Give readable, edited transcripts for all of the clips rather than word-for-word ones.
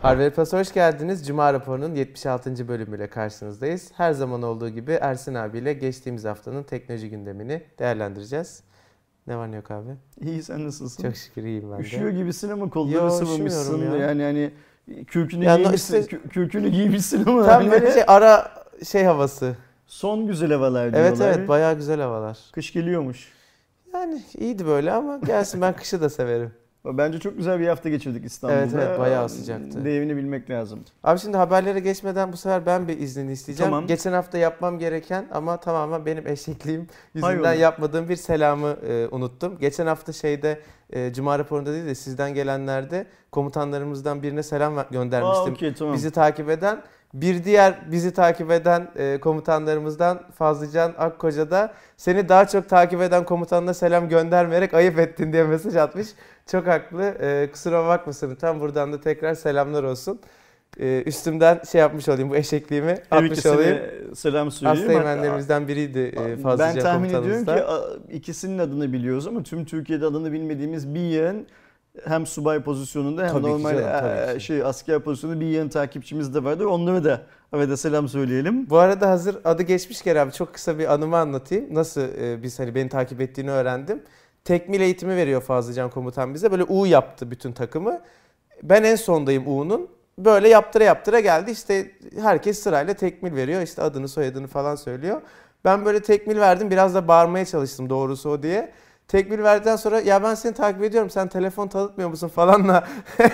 Harvey Plus hoş geldiniz. Cuma raporunun 76. bölümüyle karşınızdayız. Her zaman olduğu gibi Ersin abiyle geçtiğimiz haftanın teknoloji gündemini değerlendireceğiz. Ne var ne yok abi? İyi, sen nasılsın? Çok şükür iyiyim ben de. Üşüyor gibisin ama kolları sıvamışsın. Ya. Yani hani kürkünü ya giymişsin, işte, kürkünü giymişsin ama tam hani böyle ara havası. son güzel havalar diyorlar. Evet bayağı güzel havalar. Kış geliyormuş. Yani iyiydi böyle ama gelsin, ben kışı da severim. Bence çok güzel bir hafta geçirdik İstanbul'da. Evet bayağı sıcaktı. Değerini bilmek lazım. Abi şimdi haberlere geçmeden bu sefer ben bir iznini isteyeceğim. Tamam. Geçen hafta yapmam gereken ama tamamen benim eşekliğim yüzünden yapmadığım bir selamı unuttum. Geçen hafta Cuma raporunda değil de sizden gelenlerde komutanlarımızdan birine selam göndermiştim. Okay, tamam. Bizi takip eden. Bir diğer bizi takip eden komutanlarımızdan Fazlıcan Akkoca da seni daha çok takip eden komutanına selam göndermeyerek ayıp ettin diye mesaj atmış. Çok haklı. Kusura bakmasın. Tam buradan da tekrar selamlar olsun. Üstümden yapmış olayım, bu eşekliğimi atmış olayım. Selam söyleyeyim. Asteğmenlerimizden biriydi Fazlıcan komutanımız da. Ben tahmin ediyorum ki ikisinin adını biliyoruz ama tüm Türkiye'de adını bilmediğimiz bir yeğen, hem subay pozisyonunda hem normal asker pozisyonunda bir yeğen takipçimiz de vardır. Onlara da arada selam söyleyelim. Bu arada hazır adı geçmişken abi çok kısa bir anımı anlatayım. Nasıl biz beni takip ettiğini öğrendim. Tekmil eğitimi veriyor Fazlıcan komutan bize. Böyle U yaptı bütün takımı. Ben en sondayım U'nun. Böyle yaptıra geldi. İşte herkes sırayla tekmil veriyor. İşte adını soyadını falan söylüyor. Ben böyle tekmil verdim. Biraz da bağırmaya çalıştım doğrusu o diye. Tekmil verdikten sonra ya ben seni takip ediyorum, sen telefon tanıtmıyor musun falanla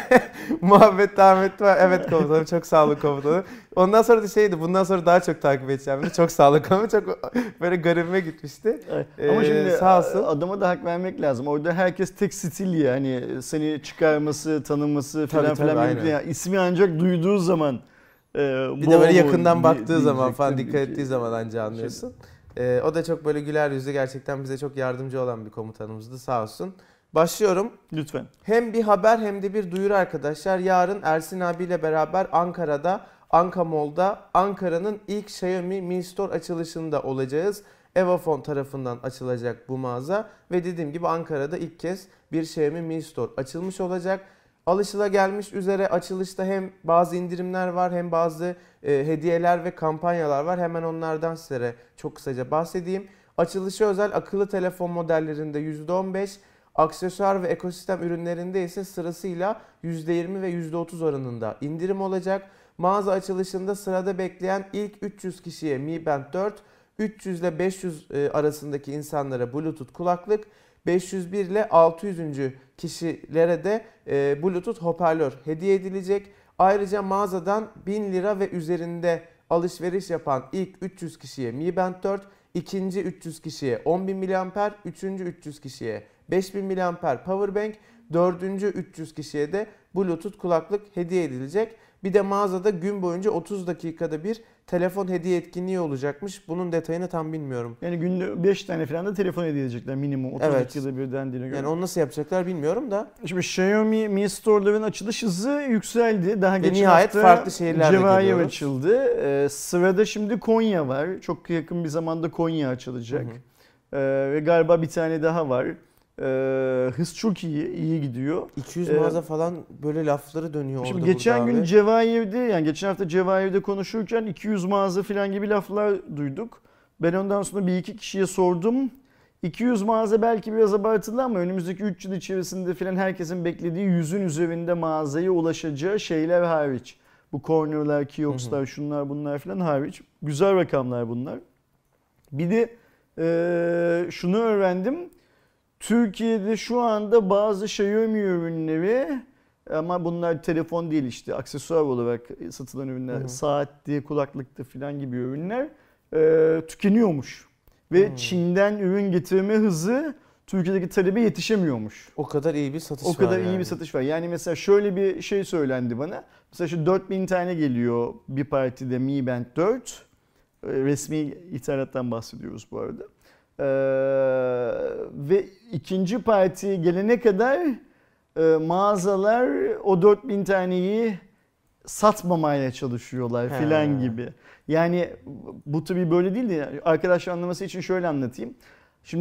muhabbet devam etti. Evet komutanım, çok sağ olun komutanım. Ondan sonra da bundan sonra daha çok takip edeceğim. Çok sağ olun komutanım. Çok böyle garibime gitmişti. Ama şimdi sağ olsun. Adama da hak vermek lazım. Orada herkes tek stil ya. Hani seni çıkarması, tanıması falan filan. Yani ismi ancak duyduğu zaman. Bir de böyle yakından baktığı zaman falan, dikkat ettiği zaman anca anlıyorsun. O da çok böyle güler yüzlü, gerçekten bize çok yardımcı olan bir komutanımızdı, sağ olsun. Başlıyorum. Lütfen. Hem bir haber hem de bir duyuru arkadaşlar. Yarın Ersin abiyle beraber Ankara'da, Anka Mall'da Ankara'nın ilk Xiaomi Mi Store açılışında olacağız. Evafon tarafından açılacak bu mağaza ve dediğim gibi Ankara'da ilk kez bir Xiaomi Mi Store açılmış olacak. Alışılagelmiş üzere açılışta hem bazı indirimler var hem bazı hediyeler ve kampanyalar var. Hemen onlardan size çok kısaca bahsedeyim. Açılışa özel akıllı telefon modellerinde %15, aksesuar ve ekosistem ürünlerinde ise sırasıyla %20 ve %30 oranında indirim olacak. Mağaza açılışında sırada bekleyen ilk 300 kişiye Mi Band 4, 300 ile 500 arasındaki insanlara Bluetooth kulaklık, 501 ile 600. kişilere de Bluetooth hoparlör hediye edilecek. Ayrıca mağazadan 1000 lira ve üzerinde alışveriş yapan ilk 300 kişiye Mi Band 4, ikinci 300 kişiye 10.000 mAh, üçüncü 300 kişiye 5.000 mAh powerbank, dördüncü 300 kişiye de Bluetooth kulaklık hediye edilecek. Bir de mağazada gün boyunca 30 dakikada bir telefon hediye etkinliği olacakmış. Bunun detayını tam bilmiyorum. Yani günde 5 tane falan da telefon hediye edecekler minimum. 30 dakikada bir dendiğine göre. Yani onu nasıl yapacaklar bilmiyorum da. Şimdi Xiaomi Mi Store'ların açılış hızı yükseldi. Daha geçen nihayet hafta farklı şehirlerde Cevahir açıldı. Sırada şimdi Konya var. Çok yakın bir zamanda Konya açılacak. Ve galiba bir tane daha var. Hız çok iyi gidiyor. 200 mağaza falan böyle lafları dönüyor şimdi orada. Geçen gün Cevahir'de, yani geçen hafta Cevahir'de konuşurken 200 mağaza falan gibi laflar duyduk. Ben ondan sonra bir iki kişiye sordum. 200 mağaza belki biraz abartılı ama önümüzdeki 3 yıl içerisinde falan herkesin beklediği 100'ün üzerinde mağazaya ulaşacağı şeyler hariç. Bu cornerlar, kiosklar, şunlar bunlar falan hariç. Güzel rakamlar bunlar. Bir de şunu öğrendim. Türkiye'de şu anda bazı Xiaomi ürünleri, ama bunlar telefon değil işte aksesuar olarak satılan ürünler, saatti, kulaklıktı falan gibi ürünler tükeniyormuş. Ve Çin'den ürün getirme hızı Türkiye'deki talebe yetişemiyormuş. O kadar iyi bir satış var. O kadar iyi bir satış var. Yani mesela şöyle bir şey söylendi bana. Mesela şu 4000 tane geliyor bir partide Mi Band 4. Resmi ithalattan bahsediyoruz bu arada. Ve ikinci parti gelene kadar mağazalar o 4000 taneyi satmamaya çalışıyorlar filan gibi. Yani bu tabii böyle değil de arkadaşlar anlaması için şöyle anlatayım. Şimdi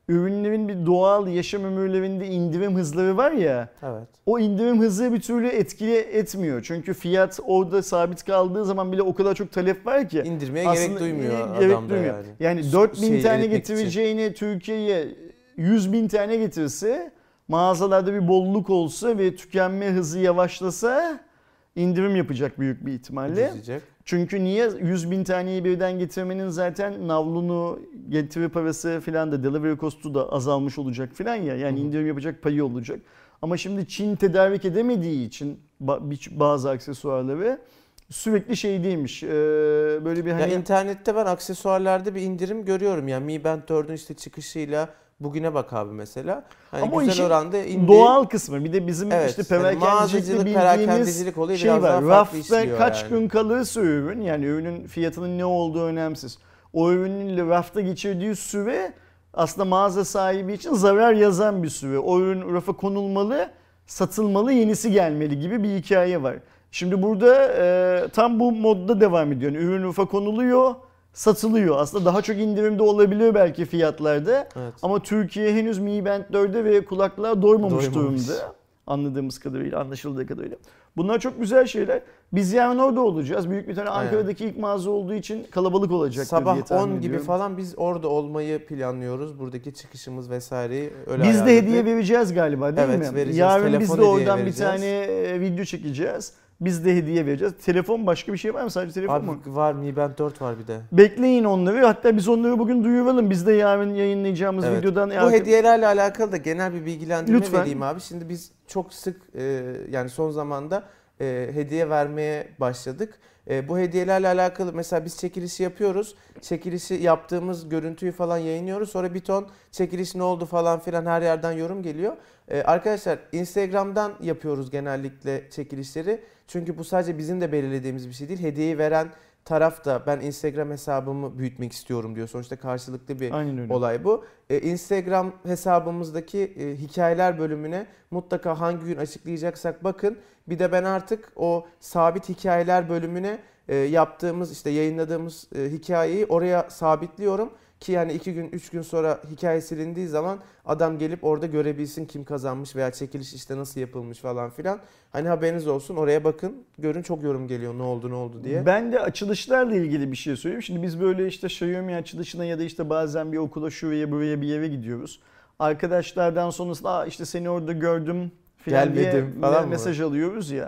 ürünlerin bir doğal yaşam ömürlerinde indirim hızları var ya. Evet. O indirim hızı bir türlü etkili etmiyor. Çünkü fiyat orada sabit kaldığı zaman bile o kadar çok talep var ki. İndirmeye gerek duymuyor gerek adam da duymuyor. yani. Yani 4.000 Şeyi tane eritmek için. getireceğini Türkiye'ye 100.000 tane getirse, mağazalarda bir bolluk olsa ve tükenme hızı yavaşlasa indirim yapacak büyük bir ihtimalle. Ucuzlayacak. Çünkü niye 100.000 taneyi birden getirmenin zaten navlunu, getiri parası filan da, delivery cost'u da azalmış olacak filan ya. Yani indirim yapacak payı olacak. Ama şimdi Çin tedarik edemediği için bazı aksesuarları sürekli şeydeymiş. Böyle bir Ya hani internette ben aksesuarlarda bir indirim görüyorum. Yani Mi Band 4'ün işte çıkışıyla bugüne bak abi mesela. Hani ama o güzel işin oranda indi. doğal kısmı. Bir de bizim Evet, işte hani perakendicilikte mağazacılık, bildiğimiz perakendicilik olayı şey biraz var. daha farklı Rafta işliyor kaç yani. gün kalırsa ürün, yani ürünün fiyatının ne olduğu önemsiz. O ürünün rafta geçirdiği süre aslında mağaza sahibi için zarar yazan bir süre. O ürün rafa konulmalı, satılmalı, yenisi gelmeli gibi bir hikaye var. Şimdi burada tam bu modda devam ediyor. Yani ürün rafa konuluyor, satılıyor. Aslında daha çok indirimde olabilir belki fiyatlarda. Evet. Ama Türkiye henüz Mi Band 4'e ve kulaklığa doymamış Doymamış. durumda. Anladığımız kadarıyla, anlaşıldığı kadarıyla. Bunlar çok güzel şeyler. Biz yarın orada olacağız. Büyük bir tane Aynen. Ankara'daki ilk mağaza olduğu için kalabalık olacak diye Sabah tahmin 10 gibi ediyorum. falan biz orada olmayı planlıyoruz. Buradaki çıkışımız vesaireyi öyle Biz de ayarladık. hediye vereceğiz galiba değil Evet, mi? vereceğiz. Yarın biz Telefon de hediye oradan bir vereceğiz. tane video çekeceğiz. Biz de hediye vereceğiz. Telefon, başka bir şey var mı? Sadece telefon Abi mu? var, Mi Band 4 var bir de. Bekleyin onları. Hatta biz onları bugün duyuralım. Biz de yarın yayınlayacağımız Evet. videodan... Bu hediyelerle alakalı da genel bir bilgilendirme Lütfen. vereyim abi. Şimdi biz çok sık yani son zamanda hediye vermeye başladık. Bu hediyelerle alakalı mesela biz çekilişi yapıyoruz. Çekilişi yaptığımız görüntüyü falan yayınlıyoruz. Sonra bir ton çekiliş ne oldu falan filan her yerden yorum geliyor. Arkadaşlar Instagram'dan yapıyoruz genellikle çekilişleri. Çünkü bu sadece bizim de belirlediğimiz bir şey değil. Hediyeyi veren taraf da ben Instagram hesabımı büyütmek istiyorum diyor. Sonuçta karşılıklı bir Aynen öyle. olay bu. Instagram hesabımızdaki hikayeler bölümüne mutlaka hangi gün açıklayacaksak bakın. Bir de ben artık o sabit hikayeler bölümüne yaptığımız işte yayınladığımız hikayeyi oraya sabitliyorum. Ki yani 2 gün 3 gün sonra hikaye silindiği zaman adam gelip orada görebilsin kim kazanmış veya çekiliş işte nasıl yapılmış falan filan. Hani haberiniz olsun, oraya bakın, görün, çok yorum geliyor ne oldu diye. Ben de açılışlarla ilgili bir şey söyleyeyim. Şimdi biz böyle işte Xiaomi açılışına ya da işte bazen bir okula şuraya buraya bir yere gidiyoruz. Arkadaşlardan sonrasında işte seni orada gördüm falan diye Gelmedim falan mı? mesaj alıyoruz ya.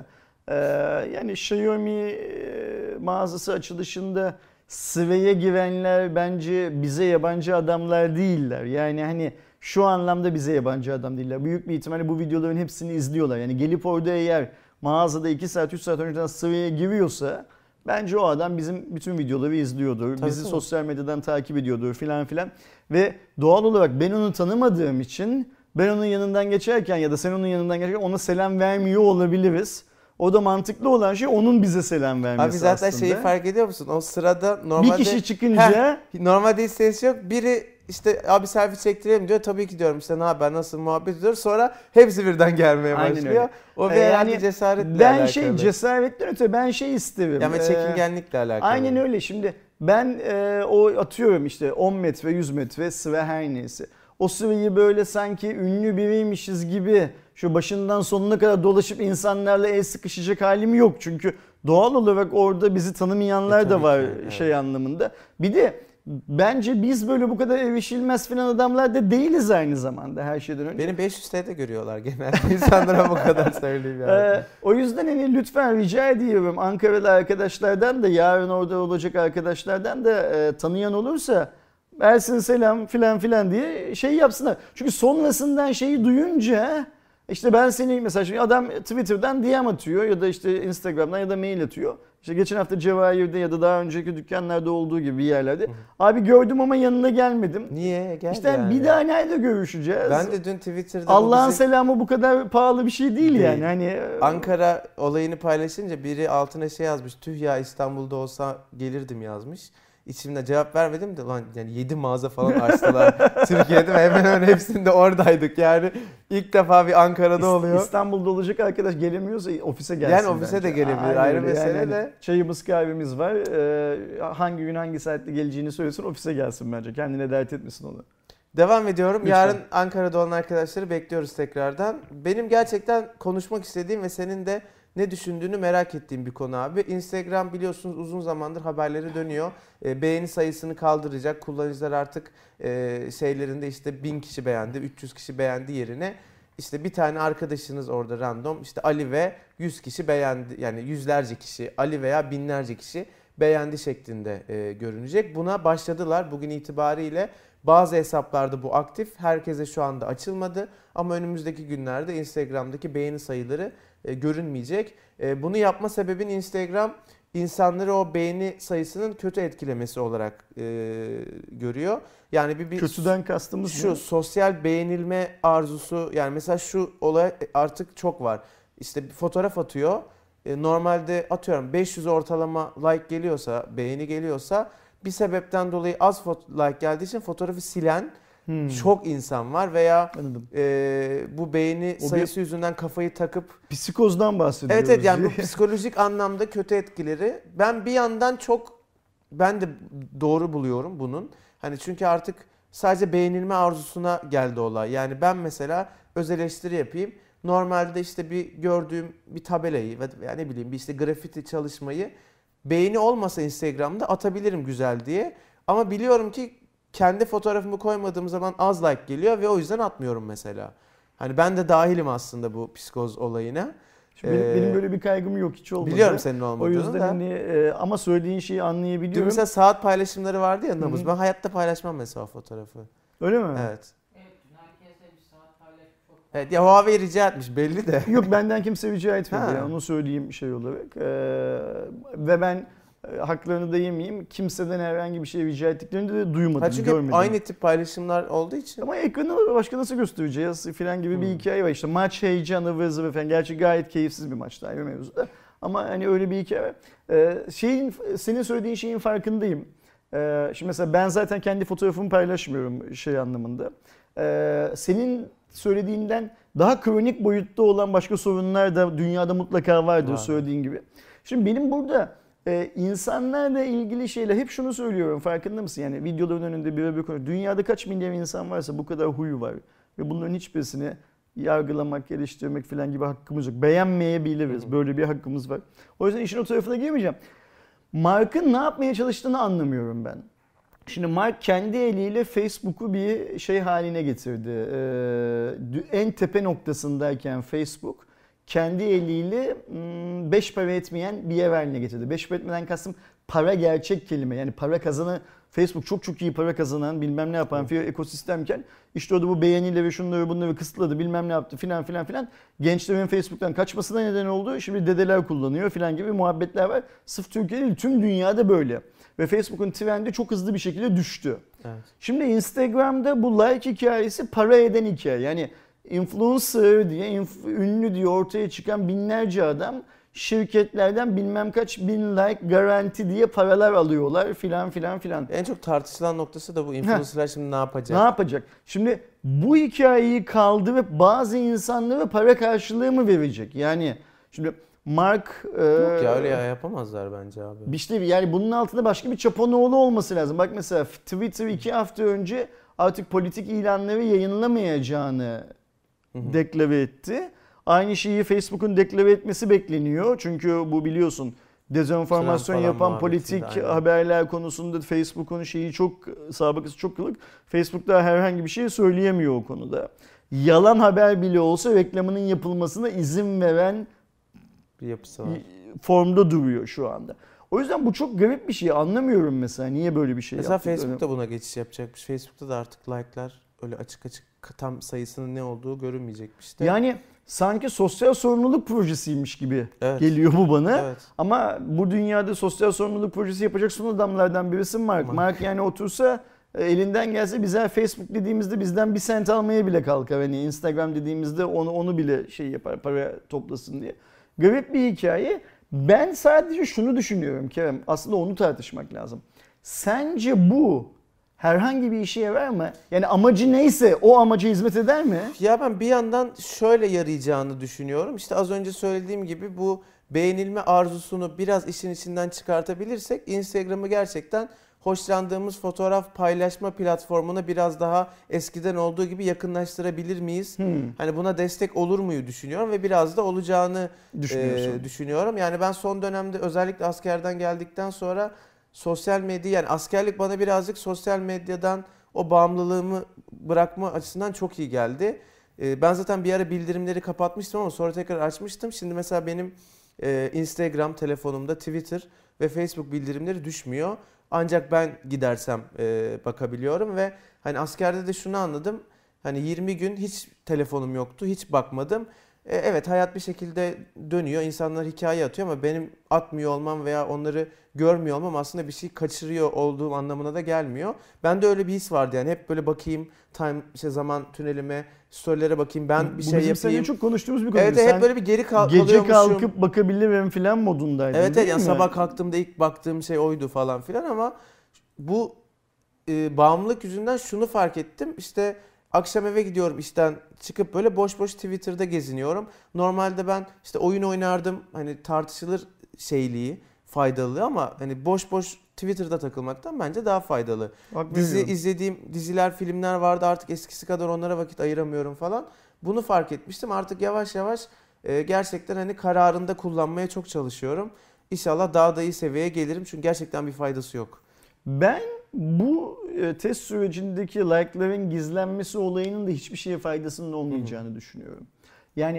Yani Xiaomi mağazası açılışında sıraya girenler bence bize yabancı adamlar değiller. Yani hani şu anlamda bize yabancı adam değiller. Büyük bir ihtimalle bu videoların hepsini izliyorlar. Yani gelip orada eğer mağazada 2 saat 3 saat önceden sıraya giriyorsa bence o adam bizim bütün videoları izliyordur. Tabii, bizi tabii. sosyal medyadan takip ediyordur filan filan. Ve doğal olarak ben onu tanımadığım için ben onun yanından geçerken ya da sen onun yanından geçerken ona selam vermiyor olabiliriz. O da mantıklı olan şey onun bize selam vermesi Abi zaten aslında. şeyi fark ediyor musun? O sırada normalde Bir kişi çıkınca normalde hiç ses yok. Biri işte abi selfie çektirelim diyor. Tabii ki diyorum, işte ne haber, nasıl, muhabbet ediyoruz. Sonra hepsi birden gelmeye Aynen başlıyor. öyle. O bir Yani herhalde cesaretle ben alakalı. cesaretten öte ben isterim. Ama çekingenlikle alakalı. Aynen öyle. Şimdi ben o atıyorum işte 10 metre 100 metre sıra her neyse. O sırayı böyle sanki ünlü biriymişiz gibi şu başından sonuna kadar dolaşıp insanlarla el sıkışacak halim yok. Çünkü doğal olarak orada bizi tanımayanlar da tabii var ki, evet. şey anlamında. Bir de bence biz böyle bu kadar erişilmez falan adamlar da değiliz aynı zamanda her şeyden önce. Beni 500 TL'de görüyorlar genelde. İnsanlara bu kadar söyleyeyim yani. O yüzden hani lütfen rica ediyorum Ankaralı arkadaşlardan da yarın orada olacak arkadaşlardan da tanıyan olursa versin selam filan filan diye şey yapsınlar. Çünkü sonrasından şeyi duyunca işte ben seni mesela şimdi adam Twitter'dan DM atıyor ya da işte Instagram'dan ya da mail atıyor. İşte geçen hafta Cevahir'de ya da daha önceki dükkanlarda olduğu gibi bir yerlerde. Abi gördüm ama yanına gelmedim. Niye? Gel İşte yani. bir daha nerede görüşeceğiz? Ben de dün Twitter'da Allah'ın bu bizim selamı bu kadar pahalı bir şey değil yani. Hani Ankara olayını paylaşınca biri altına şey yazmış. Tüh ya, İstanbul'da olsa gelirdim yazmış. İçimde cevap vermedim de lan, yani 7 mağaza falan açtılar Türkiye'de ve hemen hemen hepsinde oradaydık. Yani ilk defa bir Ankara'da oluyor. İstanbul'da olacak arkadaş gelemiyorsa ofise gelsin. Yani ofise de gelebilir, Aynen ayrı öyle. mesele Yani de. çayımız kahvemiz var. Hangi gün hangi saatte geleceğini söylesin, ofise gelsin bence. Kendine dert etmesin onu. Devam ediyorum. Lütfen. Yarın Ankara'da olan arkadaşları bekliyoruz tekrardan. Benim gerçekten konuşmak istediğim ve senin de ne düşündüğünü merak ettiğim bir konu abi. Instagram biliyorsunuz uzun zamandır haberleri dönüyor. Beğeni sayısını kaldıracak. Kullanıcılar artık şeylerinde işte 1000 kişi beğendi, 300 kişi beğendi yerine işte bir tane arkadaşınız orada random işte Ali ve 100 kişi beğendi. Yani yüzlerce kişi, Ali veya binlerce kişi beğendi şeklinde görünecek. Buna başladılar bugün itibariyle. Bazı hesaplarda bu aktif. Herkese şu anda açılmadı. Ama önümüzdeki günlerde Instagram'daki beğeni sayıları görünmeyecek. Bunu yapma sebebin Instagram insanları o beğeni sayısının kötü etkilemesi olarak görüyor. Yani bir Kötüden kastımız şu ne? sosyal beğenilme arzusu, yani mesela şu olay artık çok var. İşte bir fotoğraf atıyor. Normalde atıyorum 500 ortalama like geliyorsa, beğeni geliyorsa bir sebepten dolayı az like geldiği için fotoğrafı silen çok insan var veya Anladım. bu beğeni O sayısı yüzünden kafayı takıp Psikozdan bahsediyoruz. evet yani bu psikolojik anlamda kötü etkileri. Ben bir yandan ben de doğru buluyorum bunun. Hani çünkü artık sadece beğenilme arzusuna geldi olay. Yani ben mesela öz eleştiri yapayım. Normalde işte bir gördüğüm bir tabelayı veya ne bileyim bir işte grafiti çalışmayı beğeni olmasa Instagram'da atabilirim güzel diye. Ama biliyorum ki kendi fotoğrafımı koymadığım zaman az like geliyor ve o yüzden atmıyorum mesela. Hani ben de dahilim aslında bu psikoz olayına. Şimdi benim böyle bir kaygım yok, hiç olmadı. Biliyorum senin O olmadığını yüzden da. hani ama söylediğin şeyi Dün anlayabiliyorum. mesela saat paylaşımları vardı ya Nabız. Hı hı. Ben hayatta paylaşmam mesela o fotoğrafı. Öyle mi? Evet. Evet ya Huawei rica etmiş belli de. Yok, benden kimse rica etmedi. Ha. Yani onu söyleyeyim şey olarak. Ve ben haklarını da yemeyeyim. Kimseden herhangi bir şey rica ettiklerini de duymadım, Ha çünkü görmedim. aynı tip paylaşımlar olduğu için. Ama ekranı başka nasıl göstereceğiz filan gibi bir hikaye var. İşte maç heyecanı ıvır zıvır falan. Gerçi gayet keyifsiz bir maçtı ayrı mevzuda. Ama hani öyle bir hikaye var. Senin söylediğin şeyin farkındayım. Şimdi mesela ben zaten kendi fotoğrafımı paylaşmıyorum şey anlamında. Senin söylediğinden daha kronik boyutta olan başka sorunlar da dünyada mutlaka vardır Var. söylediğin gibi. Şimdi benim burada insanlarla ilgili şeyler hep şunu söylüyorum, farkında mısın? Yani videoların önünde bir konu. Dünyada kaç milyar insan varsa bu kadar huyu var. Ve bunların hiçbirisini yargılamak, geliştirmek falan gibi hakkımız yok. Beğenmeyebiliriz. Böyle bir hakkımız var. O yüzden işin o tarafına girmeyeceğim. Mark'ın ne yapmaya çalıştığını anlamıyorum ben. Şimdi Mark kendi eliyle Facebook'u bir şey haline getirdi. En tepe noktasındayken Facebook kendi eliyle 5 para etmeyen bir yer haline getirdi. 5 para etmeden kastım para gerçek kelime. Yani para kazanan, Facebook çok iyi para kazanan bilmem ne yapan bir ekosistemken işte orada bu beğeniyle ve şunları bunları kısıtladı, bilmem ne yaptı filan. Gençlerin Facebook'tan kaçmasına neden oldu. Şimdi dedeler kullanıyor filan gibi muhabbetler var. Sırf Türkiye'de değil, tüm dünyada böyle. Ve Facebook'un trendi çok hızlı bir şekilde düştü. Evet. Şimdi Instagram'da bu like hikayesi para eden hikaye. Yani influencer diye, ünlü diye ortaya çıkan binlerce adam şirketlerden bilmem kaç bin like garanti diye paralar alıyorlar filan. En çok tartışılan noktası da bu influencerlar şimdi ne yapacak? Ne yapacak? Şimdi bu hikayeyi kaldırıp bazı insanlara para karşılığı mı verecek? Yani şimdi Mark... Yok ya öyle yapamazlar bence abi. İşte yani bunun altında başka bir Çapanoğlu olması lazım. Bak mesela Twitter 2 hafta önce artık politik ilanları yayınlamayacağını deklare etti. Aynı şeyi Facebook'un deklare etmesi bekleniyor. Çünkü bu biliyorsun dezenformasyon Trump falan yapan politik muhabbetinde, aynen. haberler konusunda Facebook'un şeyi çok, sabıkası çok kılık. Facebook daha herhangi bir şey söyleyemiyor o konuda. Yalan haber bile olsa reklamının yapılmasına izin veren Bir yapısı var. formda duruyor şu anda. O yüzden bu çok garip bir şey. Anlamıyorum mesela niye böyle bir şey Mesela yaptıklarını. Facebook da buna geçiş yapacakmış. Facebook'ta da artık like'lar öyle açık tam sayısının ne olduğu görünmeyecekmiş de. Yani sanki sosyal sorumluluk projesiymiş gibi Evet. geliyor bu bana. Evet. Ama bu dünyada sosyal sorumluluk projesi yapacak son adamlardan birisi Mark. Mark yani otursa elinden gelse bize Facebook dediğimizde bizden bir sent almaya bile kalkar. Hani Instagram dediğimizde onu bile şey yapar, para toplasın diye. Garip bir hikaye. Ben sadece şunu düşünüyorum Kerem. Aslında onu tartışmak lazım. Sence bu herhangi bir işe yarar mı? Yani amacı neyse o amaca hizmet eder mi? Ya ben bir yandan şöyle yarayacağını düşünüyorum. İşte az önce söylediğim gibi bu beğenilme arzusunu biraz işin içinden çıkartabilirsek Instagram'ı gerçekten hoşlandığımız fotoğraf paylaşma platformuna biraz daha eskiden olduğu gibi yakınlaştırabilir miyiz? Hani buna destek olur muyu düşünüyorum ve biraz da olacağını düşünüyorum. Yani ben son dönemde özellikle askerden geldikten sonra sosyal medya, yani askerlik bana birazcık sosyal medyadan o bağımlılığımı bırakma açısından çok iyi geldi. Ben zaten bir ara bildirimleri kapatmıştım ama sonra tekrar açmıştım. Şimdi mesela benim Instagram telefonumda, Twitter ve Facebook bildirimleri düşmüyor. Ancak ben gidersem bakabiliyorum ve hani askerde de şunu anladım. Hani 20 gün hiç telefonum yoktu, hiç bakmadım. Evet, hayat bir şekilde dönüyor, insanlar hikaye atıyor ama benim atmıyor olmam veya onları görmüyor olmam aslında bir şey kaçırıyor olduğum anlamına da gelmiyor. Bende öyle bir his vardı, yani hep böyle bakayım zaman tünelime, storylere bakayım, ben bir şey yapayım. Bu seninle çok konuştuğumuz bir konu. Evet, hep böyle bir geri kalıyormuşum. Gece kalkıp bakabilirim falan modundaydın. Evet, yani sabah kalktığımda ilk baktığım şey oydu falan filan ama bu bağımlılık yüzünden şunu fark ettim. İşte akşam eve gidiyorum işten çıkıp böyle boş boş Twitter'da geziniyorum. Normalde ben işte oyun oynardım, hani tartışılır şeyliği, faydalı ama hani boş boş Twitter'da takılmaktan bence daha faydalı. İzlediğim diziler, filmler vardı, artık eskisi kadar onlara vakit ayıramıyorum falan. Bunu fark etmiştim. Artık yavaş yavaş gerçekten hani kararında kullanmaya çok çalışıyorum. İnşallah daha da iyi seviyeye gelirim çünkü gerçekten bir faydası yok. Ben bu test sürecindeki like'ların gizlenmesi olayının da hiçbir şeye faydasının olmayacağını düşünüyorum. Yani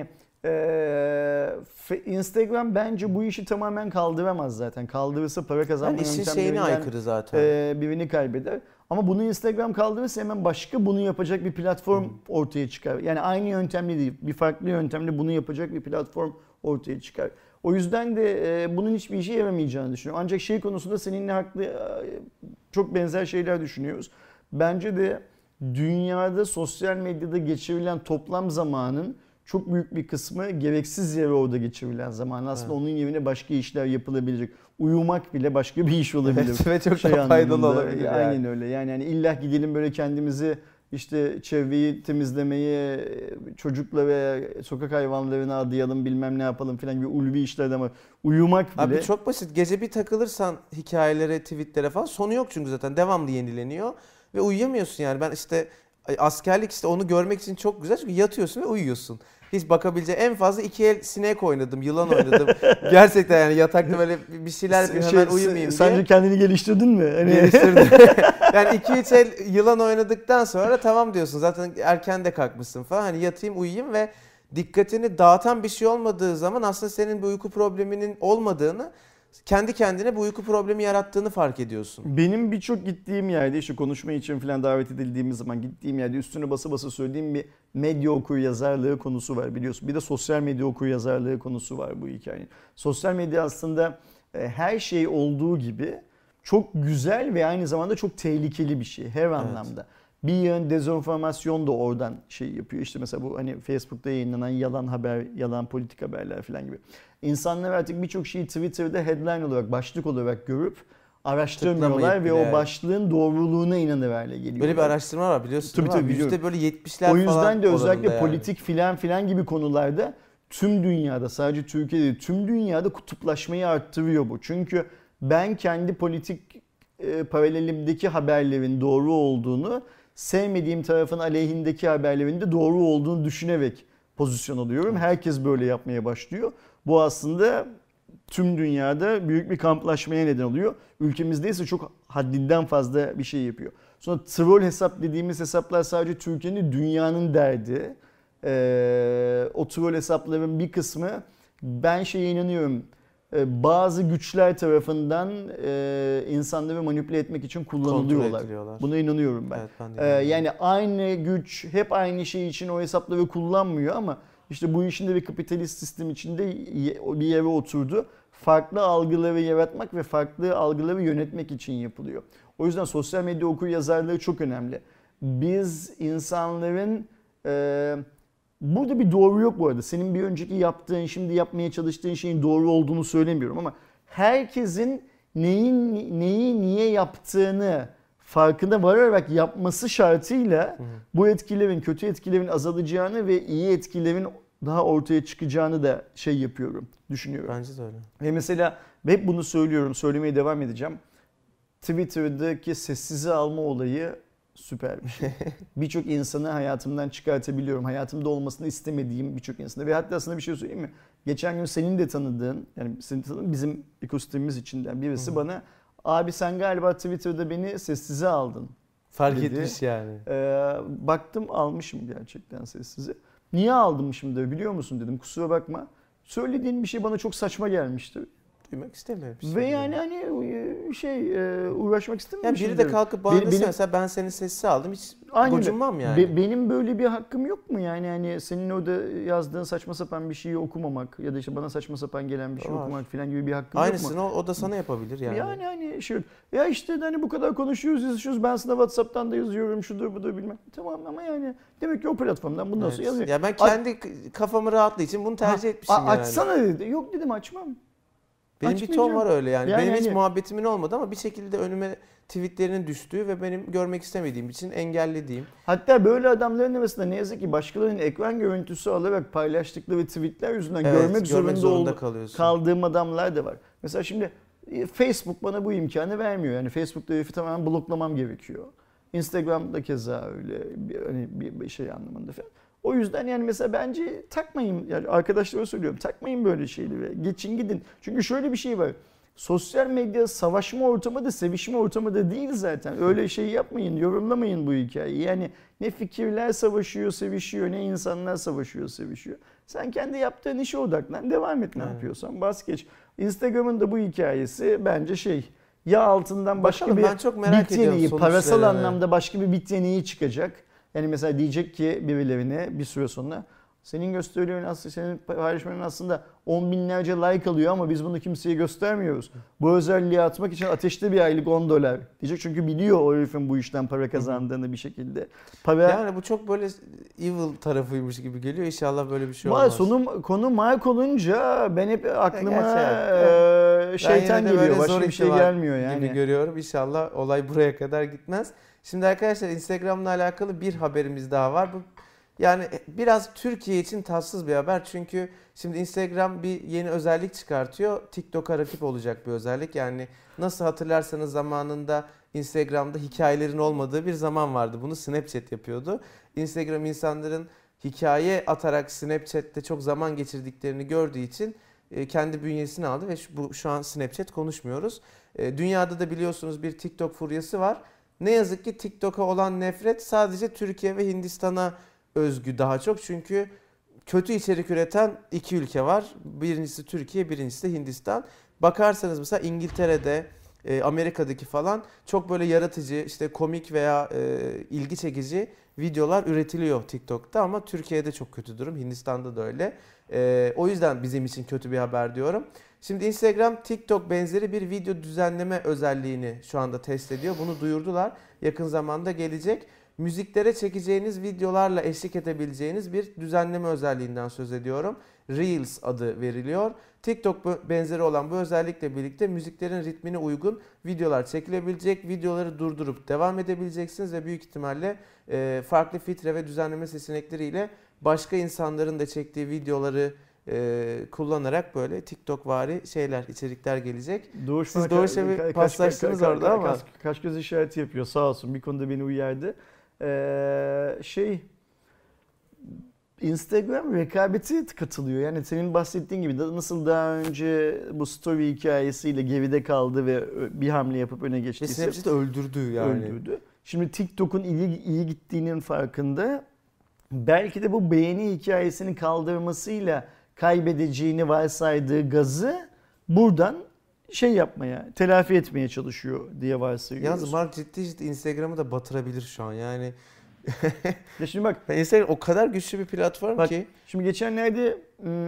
Instagram bence bu işi tamamen kaldıramaz zaten. Kaldırırsa para kazanma yöntemlerinden aykırı zaten. Birini kaybeder. Ama bunu Instagram kaldırırsa hemen başka bunu yapacak bir platform ortaya çıkar. Yani aynı yöntemle değil, bir farklı yöntemle bunu yapacak bir platform ortaya çıkar. O yüzden de bunun hiçbir işe yaramayacağını düşünüyorum. Ancak şey konusunda seninle haklı, çok benzer şeyler düşünüyoruz. Bence de dünyada sosyal medyada geçirilen toplam zamanın çok büyük bir kısmı gereksiz yere orada geçirilen zaman. Aslında onun yerine başka işler yapılabilecek. Uyumak bile başka bir iş olabilir. Evet, ve çok daha faydalı olabilir. Aynen öyle. Yani illa gidelim böyle kendimizi işte çevreyi temizlemeye, çocukla ve sokak hayvanlarını adayalım, bilmem ne yapalım filan gibi ulvi işlerde ama uyumak bile... Abi çok basit. Gece bir takılırsan hikayelere, tweetlere falan sonu yok çünkü zaten devamlı yenileniyor ve uyuyamıyorsun yani. Ben işte askerlik işte onu görmek için çok güzel çünkü yatıyorsun ve uyuyorsun. Hiç bakabileceğin en fazla 2 el sinek oynadım, yılan oynadım. Gerçekten yani yatakta böyle bir şeyler hemen uyumayayım diye. Sence kendini geliştirdin mi? Hani... Geliştirdim. Yani 2-3 el yılan oynadıktan sonra tamam diyorsun. Zaten erken de kalkmışsın falan. Hani yatayım, uyuyayım ve dikkatini dağıtan bir şey olmadığı zaman aslında senin bir uyku probleminin olmadığını, kendi kendine bu uyku problemi yarattığını fark ediyorsun. Benim birçok gittiğim yerde işte konuşma için falan davet edildiğimiz zaman gittiğim yerde üstüne basa basa söylediğim bir medya okuryazarlığı konusu var biliyorsun. Bir de sosyal medya okuryazarlığı konusu var bu hikayenin. Sosyal medya aslında her şey olduğu gibi çok güzel ve aynı zamanda çok tehlikeli bir şey her anlamda. Bir yön dezenformasyon da oradan şey yapıyor. İşte mesela bu hani Facebook'ta yayınlanan yalan haber, yalan politik haberler falan gibi. İnsanlar artık birçok şeyi Twitter'da headline olarak, başlık olarak görüp araştırmıyorlar ve o başlığın doğruluğuna inanır hale geliyor. Böyle bir araştırma var biliyorsun. Tabii biliyorum. Böyle 70'ler falan. O yüzden de özellikle yani politik filan gibi konularda tüm dünyada, sadece Türkiye'de değil, tüm dünyada kutuplaşmayı arttırıyor bu. Çünkü ben kendi politik paralelimdeki haberlerin doğru olduğunu, sevmediğim tarafın aleyhindeki haberlerin de doğru olduğunu düşünerek pozisyon alıyorum. Herkes böyle yapmaya başlıyor. Bu aslında tüm dünyada büyük bir kamplaşmaya neden oluyor. Ülkemizde ise çok haddinden fazla bir şey yapıyor. Sonra troll hesap dediğimiz hesaplar sadece Türkiye'nin, dünyanın derdi. O troll hesapların bir kısmı, ben şeye inanıyorum, bazı güçler tarafından insanları manipüle etmek için kullanılıyorlar. Buna inanıyorum ben. Evet, ben de yani aynı güç hep aynı şey için o hesapları kullanmıyor ama işte bu işin de bir kapitalist sistem içinde bir yere oturdu. Farklı algıları yaratmak ve farklı algıları yönetmek için yapılıyor. O yüzden sosyal medya okuryazarlığı çok önemli. Biz insanların... Burada bir doğru yok bu arada. Senin bir önceki yaptığın, şimdi yapmaya çalıştığın şeyin doğru olduğunu söylemiyorum ama herkesin neyi niye yaptığını farkına vararak yapması şartıyla bu etkilerin, kötü etkilerin azalacağını ve iyi etkilerin daha ortaya çıkacağını da düşünüyorum. Bence de öyle. Ve mesela hep bunu söylüyorum, söylemeye devam edeceğim. Twitter'daki sessize alma olayı süper bir şey. Birçok insanı hayatımdan çıkartabiliyorum. Hayatımda olmasını istemediğim birçok insanı. Ve hatta sana bir şey söyleyeyim mi? Geçen gün senin de tanıdığın, yani senin tanıdığın bizim ekosistemimiz içinden birisi bana abi sen galiba Twitter'da beni sessize aldın. Fark dedi. etmiş yani. Baktım almışım gerçekten sessize. Niye aldım şimdi biliyor musun dedim. Kusura bakma. Söylediğin bir şey bana çok saçma gelmişti. Duymak istemiyorum. Ve yani hani uğraşmak istemiyorum. Yani biri de kalkıp bana mesela ben seni sessize aldım hiç gocunmam yani. Benim böyle bir hakkım yok mu yani hani senin orada yazdığın saçma sapan bir şeyi okumamak ya da işte bana saçma sapan gelen bir şey okumak falan gibi bir hakkım yok mu? Aynısını o da sana yapabilir yani. Yani hani ya işte hani bu kadar konuşuyoruz yazışıyoruz ben sana WhatsApp'tan da yazıyorum şudur budur bilmem. Tamam ama yani demek ki o platformdan bundan sonra yazıyor. Ya ben kendi kafamı rahatlığı için bunu tercih etmişim yani. Açsana dedi. Yok dedim açmam. Benim bir ton var öyle yani. Benim hiç hani muhabbetimin olmadı ama bir şekilde önüme tweetlerinin düştüğü ve benim görmek istemediğim için engellediğim. Hatta böyle adamların arasında ne yazık ki başkalarının ekran görüntüsü alarak paylaştıkları tweetler yüzünden görmek zorunda kaldığım adamlar da var. Mesela şimdi Facebook bana bu imkanı vermiyor. Yani Facebook'ta herifi tamamen bloklamam gerekiyor. Instagram'da keza öyle hani bir şey anlamında falan. O yüzden yani mesela bence takmayın, yani arkadaşlara söylüyorum takmayın böyle şeyleri, geçin gidin. Çünkü şöyle bir şey var, sosyal medya savaşma ortamı da sevişme ortamı da değil zaten. Öyle şey yapmayın, yorumlamayın bu hikayeyi. Yani ne fikirler savaşıyor, sevişiyor, ne insanlar savaşıyor, sevişiyor. Sen kendi yaptığın işe odaklan, devam et ne yapıyorsan, bas geç. Instagram'ın da bu hikayesi bence ya altından başka bir bit yeniği, parasal anlamda başka bir bit yeniği çıkacak. Yani mesela diyecek ki birilerine bir süre sonra senin gösterilerin aslında senin paylaşmanın aslında 10 binlerce like alıyor ama biz bunu kimseye göstermiyoruz. Bu özelliği atmak için ateşte bir aylık $10 diyecek çünkü biliyor o herifin bu işten para kazandığını bir şekilde. Yani bu çok böyle evil tarafıymış gibi geliyor. İnşallah böyle bir şey olmaz. Konu mark olunca ben hep aklıma şeytan geliyor. Başka bir şey gelmiyor yani. Gibi görüyorum. İnşallah olay buraya kadar gitmez. Şimdi arkadaşlar Instagram'la alakalı bir haberimiz daha var. Bu yani biraz Türkiye için tatsız bir haber. Çünkü şimdi Instagram bir yeni özellik çıkartıyor. TikTok'a rakip olacak bir özellik. Yani nasıl hatırlarsanız zamanında Instagram'da hikayelerin olmadığı bir zaman vardı. Bunu Snapchat yapıyordu. Instagram insanların hikaye atarak Snapchat'te çok zaman geçirdiklerini gördüğü için kendi bünyesine aldı ve şu an Snapchat konuşmuyoruz. Dünyada da biliyorsunuz bir TikTok furyası var. Ne yazık ki TikTok'a olan nefret sadece Türkiye ve Hindistan'a özgü daha çok. Çünkü kötü içerik üreten iki ülke var. Birincisi Türkiye, birincisi de Hindistan. Bakarsanız mesela İngiltere'de, Amerika'daki falan çok böyle yaratıcı, işte komik veya ilgi çekici videolar üretiliyor TikTok'ta ama Türkiye'de çok kötü durum. Hindistan'da da öyle. O yüzden bizim için kötü bir haber diyorum. Şimdi Instagram TikTok benzeri bir video düzenleme özelliğini şu anda test ediyor. Bunu duyurdular. Yakın zamanda gelecek. Müziklere çekeceğiniz videolarla eşlik edebileceğiniz bir düzenleme özelliğinden söz ediyorum. Reels adı veriliyor. TikTok benzeri olan bu özellikle birlikte müziklerin ritmine uygun videolar çekilebilecek. Videoları durdurup devam edebileceksiniz ve büyük ihtimalle farklı filtre ve düzenleme seçenekleriyle başka insanların da çektiği videoları kullanarak böyle TikTok-vari içerikler gelecek. Siz Doğuş'a bir paslaştınız orada ama. Kaş göz işareti yapıyor sağ olsun, bir konuda beni uyardı. Instagram rekabeti katılıyor. Yani senin bahsettiğin gibi nasıl daha önce bu story hikayesiyle geride kaldı ve bir hamle yapıp öne geçtiyse. Ve Snapchat öldürdü yani. Öldürdü. Şimdi TikTok'un iyi gittiğinin farkında. Belki de bu beğeni hikayesini kaldırmasıyla kaybedeceğini varsaydığı gazı buradan telafi etmeye çalışıyor diye varsayıyoruz. Yalnız Mark ciddi Instagram'ı da batırabilir şu an yani. Ya şimdi bak. Instagram o kadar güçlü bir platform ki. Şimdi geçenlerde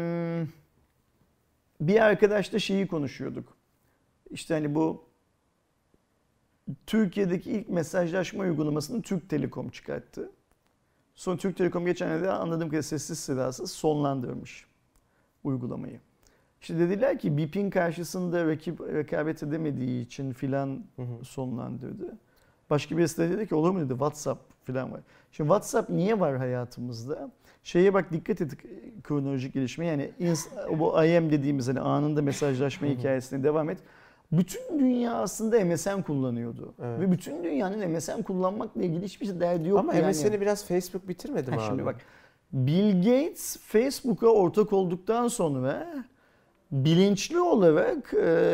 bir arkadaşla şeyi konuşuyorduk. İşte hani bu Türkiye'deki ilk mesajlaşma uygulamasını Türk Telekom çıkarttı. Sonra Türk Telekom geçenlerde anladığım kadarıyla sessiz sedasız sonlandırmış uygulamayı. İşte dediler ki BIP'in karşısında rekabet edemediği için filan sonlandırdı. Başka birisi de dedi ki olur mu dedi, WhatsApp filan var. Şimdi WhatsApp niye var hayatımızda? Bak dikkat et kronolojik gelişme, yani bu IM dediğimiz hani anında mesajlaşma hikayesine devam et. bütün dünya aslında MSN kullanıyordu. Evet. Ve bütün dünyanın MSN kullanmakla ilgili hiçbir derdi yoktu. Ama yani. MSN'i biraz Facebook bitirmedi mi abi? Şimdi bak, Bill Gates Facebook'a ortak olduktan sonra bilinçli olarak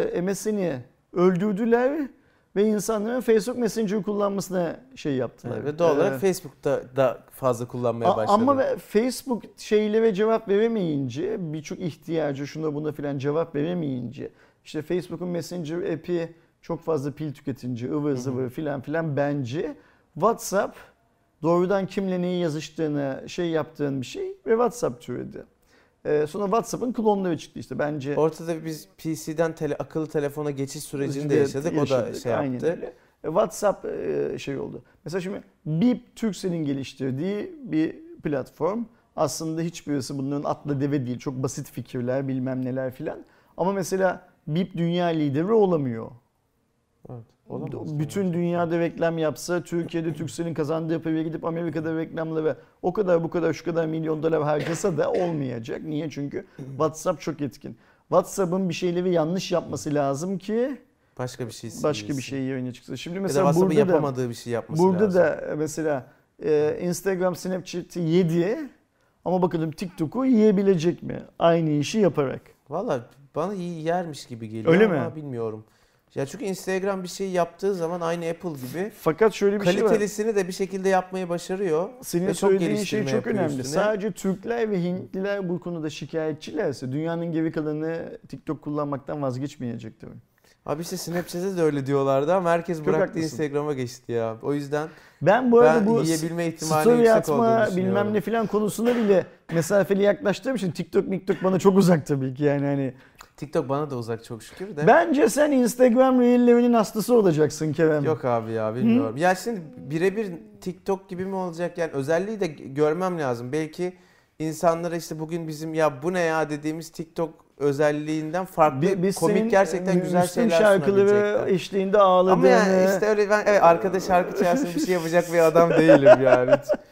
MSN'i öldürdüler ve insanların Facebook Messenger kullanmasına şey yaptılar. Evet, ve doğal olarak Facebook'ta da fazla kullanmaya başladı. Ama Facebook şeylere cevap veremeyince, birçok ihtiyaca şuna buna filan cevap veremeyince, işte Facebook'un Messenger app'i çok fazla pil tüketince, ıvır zıvır filan filan, bence WhatsApp doğrudan kimle neyi yazıştığını şey yaptığın bir şey ve WhatsApp türedi. Sonra WhatsApp'ın klonları çıktı işte bence. Ortada biz PC'den akıllı telefona geçiş sürecini de yaşadık. O da şey yaptı. Öyle. WhatsApp şey oldu. Mesela şimdi Bip, Turkcell'in geliştirdiği bir platform. Aslında hiçbirisi bunların atla deve değil. Çok basit fikirler, bilmem neler filan. Ama mesela Bip dünya lideri olamıyor. Evet, olamaz. Bütün dünyada reklam yapsa, Türkiye'de Turkcell'in kazandığı paraya gidip Amerika'da reklamları o kadar bu kadar şu kadar milyon dolar harcasa da olmayacak. Niye? Çünkü WhatsApp çok etkin. WhatsApp'ın bir şeyleri yanlış yapması lazım ki başka bir şey yerine çıksın. Şimdi ya da mesela WhatsApp'ın burada yapamadığı bir şey yapması burada lazım. da mesela Instagram, Snapchat'i yedi ama bakalım TikTok'u yiyebilecek mi? Aynı işi yaparak. Valla bana iyi yermiş gibi geliyor Öyle ama mi? bilmiyorum. Ya çünkü Instagram bir şey yaptığı zaman aynı Apple gibi Fakat şöyle bir şey var. kalitelisini de bir şekilde yapmayı başarıyor. Senin ve çok söylediğin şey geliştirme çok yapıyor önemli. üstüne. Sadece Türkler ve Hintliler bu konuda şikayetçilerse dünyanın geri kalanı TikTok kullanmaktan vazgeçmeyecektir. Abi işte Snapchat'e de öyle diyorlardı ama herkes Çok bıraktı, haklısın. Instagram'a geçti ya. O yüzden Ben bu arada bu yiyebilme ihtimali story yüksek olduğunu atma düşünüyorum. bilmem ne filan konusunda bile mesafeli yaklaştığım için TikTok bana çok uzak tabii ki yani hani. TikTok bana da uzak çok şükür de. Bence sen Instagram Reel'lerinin hastası olacaksın Kerem. Yok abi ya bilmiyorum. Ya şimdi birebir TikTok gibi mi olacak yani özelliği de görmem lazım. Belki insanlara işte bugün bizim ya bu ne ya dediğimiz TikTok özelliğinden farklı Biz komik gerçekten güzel Müslüm şeyler şarkıları sunabilecekler. eşliğinde ağladığını. Ama yani işte öyle ben arkada şarkı çalsın bir şey yapacak bir adam değilim yani.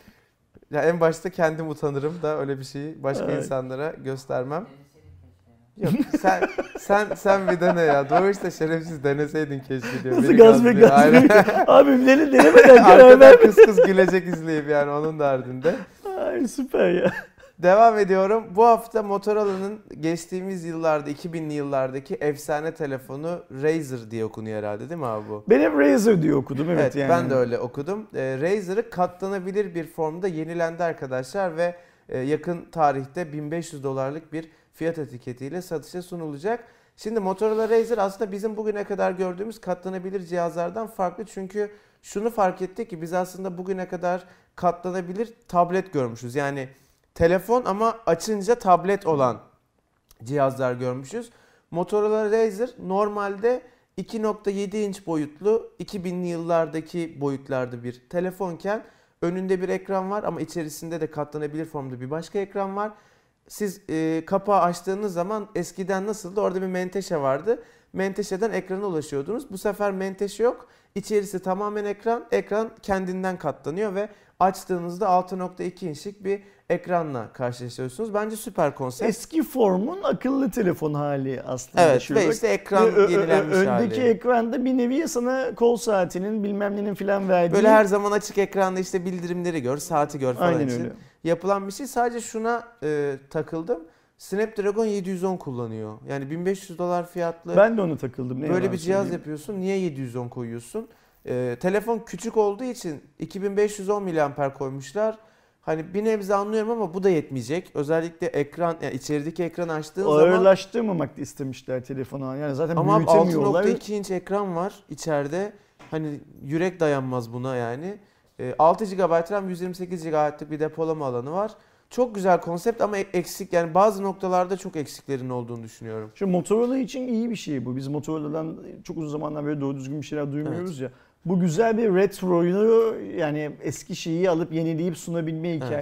Ya en başta kendim utanırım da öyle bir şeyi başka Evet. insanlara göstermem. Yok sen bir dene ya. Doğuşta şerefsiz deneseydin keşke diyor. Nasıl Beni gaz ve gazlıyor. Aynen. Abim denemeden karar Arkadan ver. kıs kıs gülecek izleyip yani onun derdinde. Ay süper ya. Devam ediyorum. Bu hafta Motorola'nın geçtiğimiz yıllarda 2000'li yıllardaki efsane telefonu Razr diye okunuyor herhalde değil mi abi bu? Ben hep Razer diye okudum evet yani. Ben de öyle okudum. Razr'ı katlanabilir bir formda yenilendi arkadaşlar ve yakın tarihte 1500 dolarlık bir fiyat etiketiyle satışa sunulacak. Şimdi Motorola Razr aslında bizim bugüne kadar gördüğümüz katlanabilir cihazlardan farklı. Çünkü şunu fark ettik ki biz aslında bugüne kadar katlanabilir tablet görmüşüz. Yani telefon ama açınca tablet olan cihazlar görmüşüz. Motorola Razr normalde 2.7 inç boyutlu 2000'li yıllardaki boyutlarda bir telefonken önünde bir ekran var ama içerisinde de katlanabilir formda bir başka ekran var. Siz kapağı açtığınız zaman eskiden nasıldı? Orada bir menteşe vardı. Menteşeden ekrana ulaşıyordunuz. Bu sefer menteşe yok. İçerisi tamamen ekran. Ekran kendinden katlanıyor ve açtığınızda 6.2 inçlik bir ekranla karşılaşıyorsunuz. Bence süper konsept. Eski formun akıllı telefon hali aslında. Evet ve işte ekran yenilenmiş hali. Öndeki ekranda bir nevi sana kol saatinin bilmem nenin filan verdiği. Böyle her zaman açık ekranda işte bildirimleri gör, saati gör falan Aynen için öyle. yapılan bir şey. Sadece şuna takıldım. Snapdragon 710 kullanıyor. Yani 1500 dolar fiyatlı. Ben de ona takıldım. Ne böyle yalan bir cihaz söyleyeyim. yapıyorsun. Niye 710 koyuyorsun? Telefon küçük olduğu için 2510 mAh koymuşlar. Hani bir nebze anlıyorum ama bu da yetmeyecek. Özellikle ekran, yani içerideki ekranı açtığın zaman. Ağırlaştırmamak istemişler telefonu. Yani zaten Ama büyütemiyorlar. 6.2 inç ekran var içeride. Hani yürek dayanmaz buna yani. 6 GB RAM, 128 GB'lık bir depolama alanı var. Çok güzel konsept ama eksik, yani bazı noktalarda çok eksiklerin olduğunu düşünüyorum. Şimdi Motorola için iyi bir şey bu. Biz Motorola'dan çok uzun zamandan beri doğru düzgün bir şeyler duymuyoruz ya. Bu güzel bir retroyu, yani eski şeyi alıp yenileyip sunabilme hikayesi.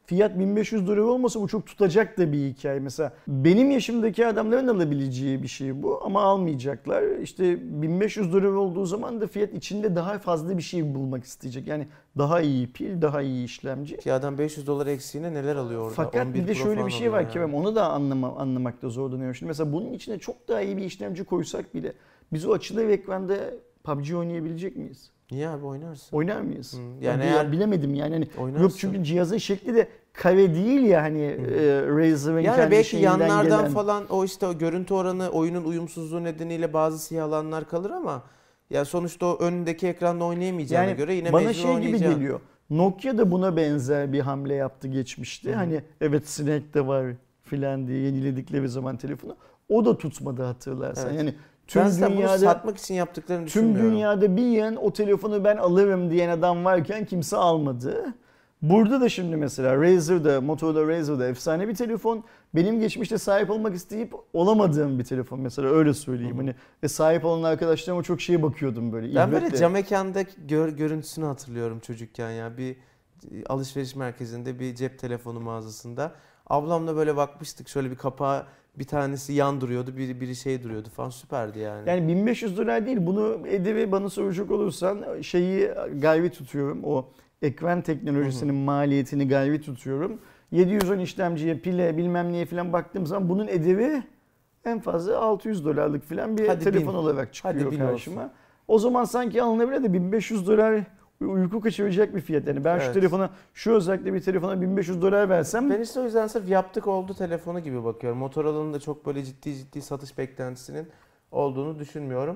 fiyat 1500 dolar olmasa bu çok tutacak da bir hikaye. Mesela benim yaşımdaki adamların alabileceği bir şey bu ama almayacaklar. İşte 1500 dolar olduğu zaman da fiyat içinde daha fazla bir şey bulmak isteyecek. Yani daha iyi pil, daha iyi işlemci. Ki adam 500 dolar eksiğine neler alıyor orada? Fakat 11 bir de Pro şöyle falan bir şey alıyor var ki yani. onu da anlamakta zorlanıyorum. Şimdi mesela bunun içine çok daha iyi bir işlemci koysak bile biz o açılı ekranda PUBG oynayabilecek miyiz? Niye abi oynarsın? Oynar mıyız? Yani Ya eğer bilemedim yani. Hani oynarsın. yok çünkü cihazın şekli de kare değil ya hani Razer'ın Yani kendi belki şeyinden yanlardan gelen. falan o işte o görüntü oranı oyunun uyumsuzluğu nedeniyle bazı siyah alanlar kalır ama ya sonuçta o önündeki ekranda oynayamayacağına Yani göre yine bana mecbur şey gibi oynayacaksın. geliyor. Nokia da buna benzer bir hamle yaptı geçmişte. Hani evet Snake de var filan diye yeniledikleri zaman telefonu. O da tutmadı hatırlarsan. Evet. Yani tüm Ben zaten bunu dünyada satmak için yaptıklarını tüm düşünmüyorum. dünyada bir yığın o telefonu ben alırım diyen adam varken kimse almadı. Burada da şimdi mesela Razer'da, Motorola Razer'da efsane bir telefon. Benim geçmişte sahip olmak isteyip olamadığım bir telefon mesela öyle söyleyeyim. Hani sahip olan arkadaşlarıma çok şeye bakıyordum böyle. Ben böyle ibretle. cam mekanda görüntüsünü hatırlıyorum çocukken ya. Bir alışveriş merkezinde bir cep telefonu mağazasında. Ablamla böyle bakmıştık şöyle bir kapağı bir tanesi yan duruyordu, biri şey duruyordu falan süperdi yani. Yani 1500 dolar değil bunu edebi bana soracak olursan şeyi gayri tutuyorum. O ekran teknolojisinin maliyetini gayri tutuyorum. 710 işlemciye, pile bilmem neye falan baktığım zaman bunun edebi en fazla 600 dolarlık falan bir Hadi telefon 1000. olarak çıkıyor Hadi 1000 karşıma. olsun. O zaman sanki alınabilir de 1500 dolar uyku kaçıracak bir fiyat. Yani ben şu Evet. telefona, şu özellikle bir telefona 1500 dolar versem Ben işte o yüzden sırf yaptık oldu telefonu gibi bakıyorum. Motorola'nın da çok böyle ciddi satış beklentisinin olduğunu düşünmüyorum.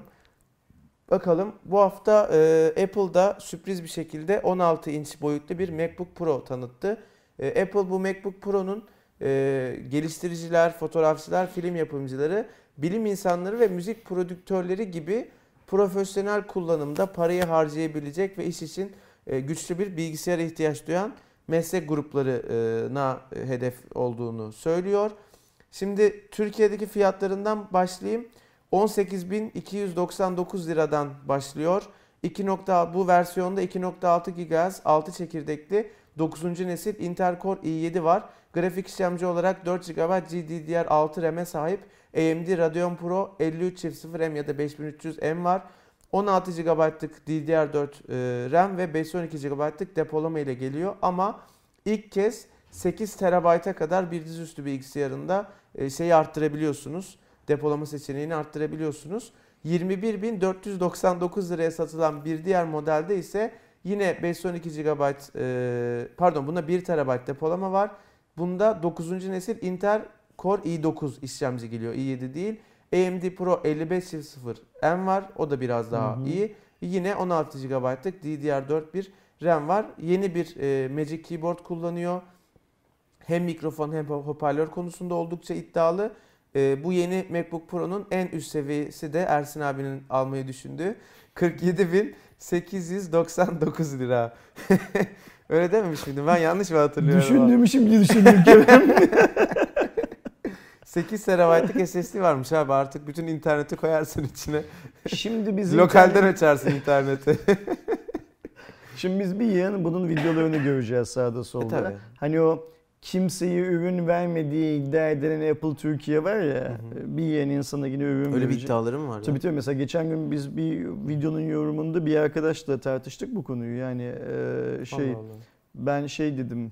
Bakalım bu hafta Apple'da sürpriz bir şekilde 16 inç boyutlu bir MacBook Pro tanıttı. Apple bu MacBook Pro'nun geliştiriciler, fotoğrafçılar, film yapımcıları, bilim insanları ve müzik prodüktörleri gibi profesyonel kullanımda parayı harcayabilecek ve iş için güçlü bir bilgisayara ihtiyaç duyan meslek gruplarına hedef olduğunu söylüyor. Şimdi Türkiye'deki fiyatlarından başlayayım. 18.299 liradan başlıyor. Bu versiyonda 2.6 GHz 6 çekirdekli 9. nesil Intel Core i7 var. Grafik işlemci olarak 4 GB GDDR6 RAM'e sahip AMD Radeon Pro 5300M ya da 5300M var. 16 GB'lık DDR4 RAM ve 512 GB'lık depolama ile geliyor ama ilk kez 8 TB'a kadar bir dizüstü bilgisayarında şeyi arttırabiliyorsunuz. Depolama seçeneğini arttırabiliyorsunuz. 21.499 liraya satılan bir diğer modelde ise yine 512 GB bunda 1 TB depolama var. Bunda 9. nesil Intel Core i9 işlemci geliyor. i7 değil. AMD Pro 5500M var. O da biraz daha iyi. Yine 16 GB'lık DDR4 bir RAM var. Yeni bir Magic Keyboard kullanıyor. Hem mikrofon hem hoparlör konusunda oldukça iddialı. Bu yeni MacBook Pro'nun en üst seviyesi de Ersin abinin almayı düşündüğü 47.899 lira. Öyle dememiş miydim? Ben yanlış mı hatırlıyorum? düşündüğümü şimdi düşündüm Kerem. 8 TB'lık SSD varmış abi, artık bütün interneti koyarsın içine. Şimdi biz Lokalden açarsın interneti. Şimdi biz bir yığın bunun videolarını göreceğiz sağda solda. Tabii. Hani o kimseye ürün vermediği iddia edilen Apple Türkiye var ya, bir yığın insana yine ürün Öyle bir verecek. iddiaları mı var ya? Tabii mesela geçen gün biz bir videonun yorumunda bir arkadaşla tartıştık bu konuyu. Yani Allah Allah. ben şey dedim,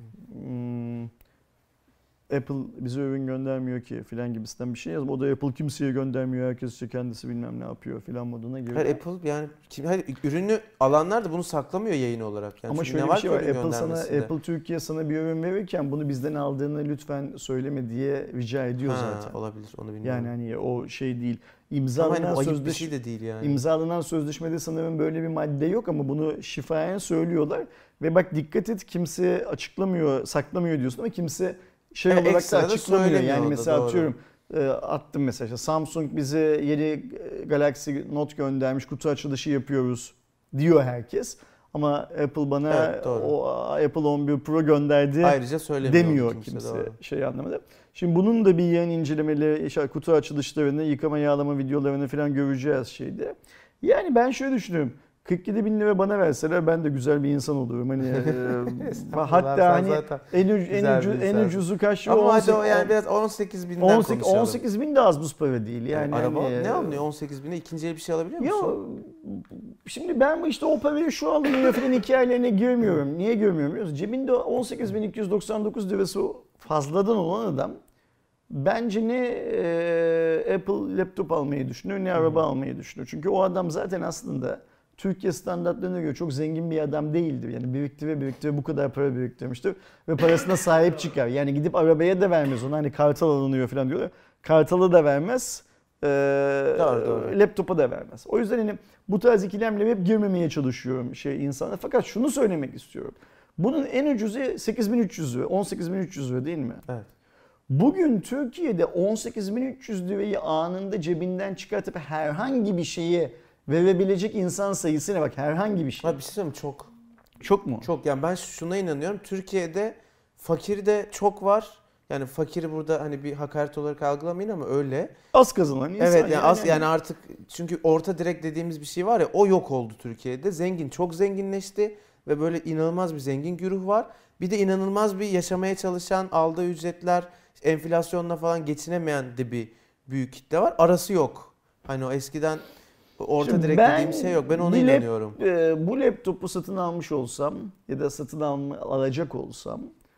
Apple bize ürün göndermiyor ki filan gibisinden bir şey yazdım. O da Apple kimseye göndermiyor, herkes işte kendisi bilmem ne yapıyor filan moduna girdi. Hayır, Apple yani ürünü alanlar da bunu saklamıyor yayın olarak. Yani Ama çünkü şöyle ne bir var şey ki var, ürün Apple göndermesinde? Apple Türkiye sana bir ürün verirken bunu bizden aldığını lütfen söyleme diye rica ediyor zaten. Olabilir, onu bilmiyorum. Yani hani o şey değil. Ama İmzalanan hani bu ayıp bir şey de değil yani. İmzalanan sözleşmede sanırım böyle bir madde yok ama bunu şifayen söylüyorlar. Ve bak dikkat et, kimse açıklamıyor, saklamıyor diyorsun ama kimse olarak da ekstra da açıklamıyor. söylemiyor Yani o da, mesela doğru. atıyorum attım mesela işte Samsung bize yeni Galaxy Note göndermiş, kutu açılışı yapıyoruz diyor herkes. Ama Apple bana Evet, doğru. o Apple 11 Pro gönderdi Ayrıca söylemiyor demiyor kimse şey anlamında. Şimdi bunun da bir yayın incelemeleri, işte kutu açılışlarını, yıkama yağlama videolarını falan göreceğiz şeyde. Yani ben şöyle düşünüyorum. 47 bin lira bana verseler ben de güzel bir insan olurum. Hani Estağfurullah, hatta sen hani zaten en insansın. ucuzu kaç? Ama hadi o yani biraz 18 binden 18, konuşalım. 18 bin de az buz para değil. Yani araba hani, ne alınıyor 18 bine? İkinci el bir şey alabiliyor musun? Şimdi ben işte o parayı şu alınıyor falan hikayelerine girmiyorum. Niye girmiyorum biliyor musun? Cebinde 18.299 lirası fazladan olan adam bence ne Apple laptop almayı düşünüyor ne araba almayı düşünüyor. Çünkü o adam zaten aslında Türkiye standartlarına göre çok zengin bir adam değildir. Yani biriktire bu kadar para biriktirmiştir ve parasına sahip çıkar. Yani gidip arabaya da vermez ona, hani kartal alınıyor falan diyorlar. Kartalı da vermez, Doğru. laptopa da vermez. O yüzden hani bu tarz ikilemlere hep girmemeye çalışıyorum insana. Fakat şunu söylemek istiyorum. Bunun en ucuzu 8.300 lira, 18.300 lira değil mi? Evet. Bugün Türkiye'de 18.300 lirayı anında cebinden çıkartıp herhangi bir şeye verebilecek insan sayısı ne bak, herhangi bir şey. Abi bir şey söyleyeyim mi? Çok. Çok mu? Çok, yani ben şuna inanıyorum. Türkiye'de fakir de çok var. Yani fakiri burada hani bir hakaret olarak algılamayın ama öyle. Az kazanan insan. Evet yani artık çünkü orta direk dediğimiz bir şey var ya, o yok oldu Türkiye'de. Zengin çok zenginleşti ve böyle inanılmaz bir zengin güruh var. Bir de inanılmaz bir yaşamaya çalışan, aldığı ücretler enflasyonla falan geçinemeyen de bir büyük kitle var. Arası yok. Hani o eskiden orta Şimdi direk dediğim şey yok. Ben ona inanıyorum. Bu laptopu satın almış olsam ya da alacak olsam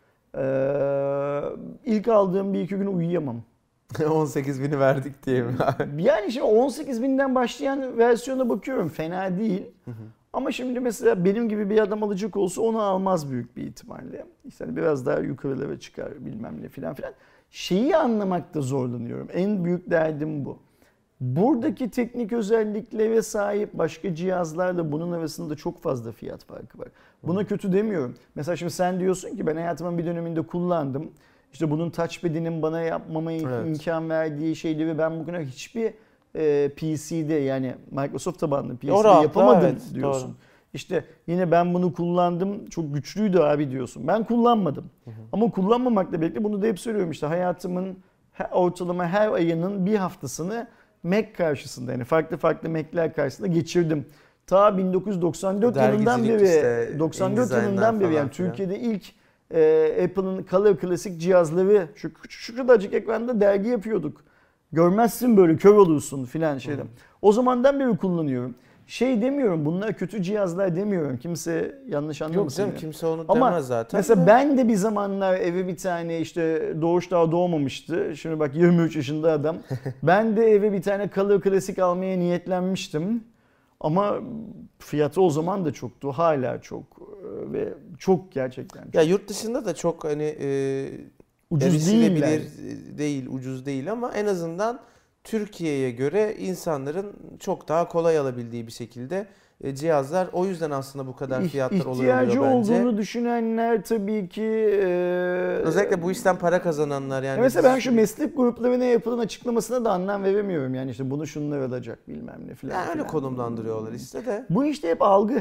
ilk aldığım bir iki gün uyuyamam. 18 bini verdik diye mi? Yani şimdi 18 binden başlayan versiyona bakıyorum, fena değil. Ama şimdi mesela benim gibi bir adam alacak olsa onu almaz büyük bir ihtimalle. İşte hani biraz daha yukarılara çıkar bilmem ne filan filan. Şeyi anlamakta zorlanıyorum. En büyük derdim bu. Buradaki teknik özelliklere sahip başka cihazlarla bunun arasında çok fazla fiyat farkı var. Buna kötü demiyorum. Mesela şimdi sen diyorsun ki ben hayatımın bir döneminde kullandım. İşte bunun touchpad'inin bana yapmama imkan verdiği şeyleri ben bugüne hiçbir PC'de, yani Microsoft tabanlı PC'de yapamadım diyorsun. Doğru. İşte yine ben bunu kullandım, çok güçlüydü abi diyorsun. Ben kullanmadım. Ama kullanmamakla birlikte bunu da hep söylüyorum, işte hayatımın ortalama her ayının bir haftasını Mac karşısında, yani farklı Mac'ler karşısında geçirdim. Ta 1994 yılından beri, işte, 94 yılından beri yani Türkiye'de ilk Apple'ın Color Classic cihazları, şu kadarcık ekranda dergi yapıyorduk. Görmezsin böyle, kör olursun filan şeyden. O zamandan beri kullanıyorum. Şey demiyorum, bunlar kötü cihazlar demiyorum. Kimse yanlış anlamasın. Yok canım, kimse onu demez zaten. Mesela ben de bir zamanlar eve bir tane, işte Doğuş daha doğmamıştı. Şimdi bak 23 yaşında adam. Ben de eve bir tane Color Classic almaya niyetlenmiştim. Ama fiyatı o zaman da çoktu. Hala çok ve çok gerçekten çok. Ya yurt dışında da çok hani ucuz değil, ucuz değil ama en azından Türkiye'ye göre insanların çok daha kolay alabildiği bir şekilde cihazlar. O yüzden aslında bu kadar fiyatlar oluyor bence. İhtiyacı olduğunu düşünenler tabii ki... özellikle bu işten para kazananlar yani. Mesela ben şu meslek gruplarına yapılan açıklamasına da anlam veremiyorum. Yani işte bunu şunlar alacak bilmem ne filan. Yani öyle konumlandırıyorlar işte de. Bu işte hep algı.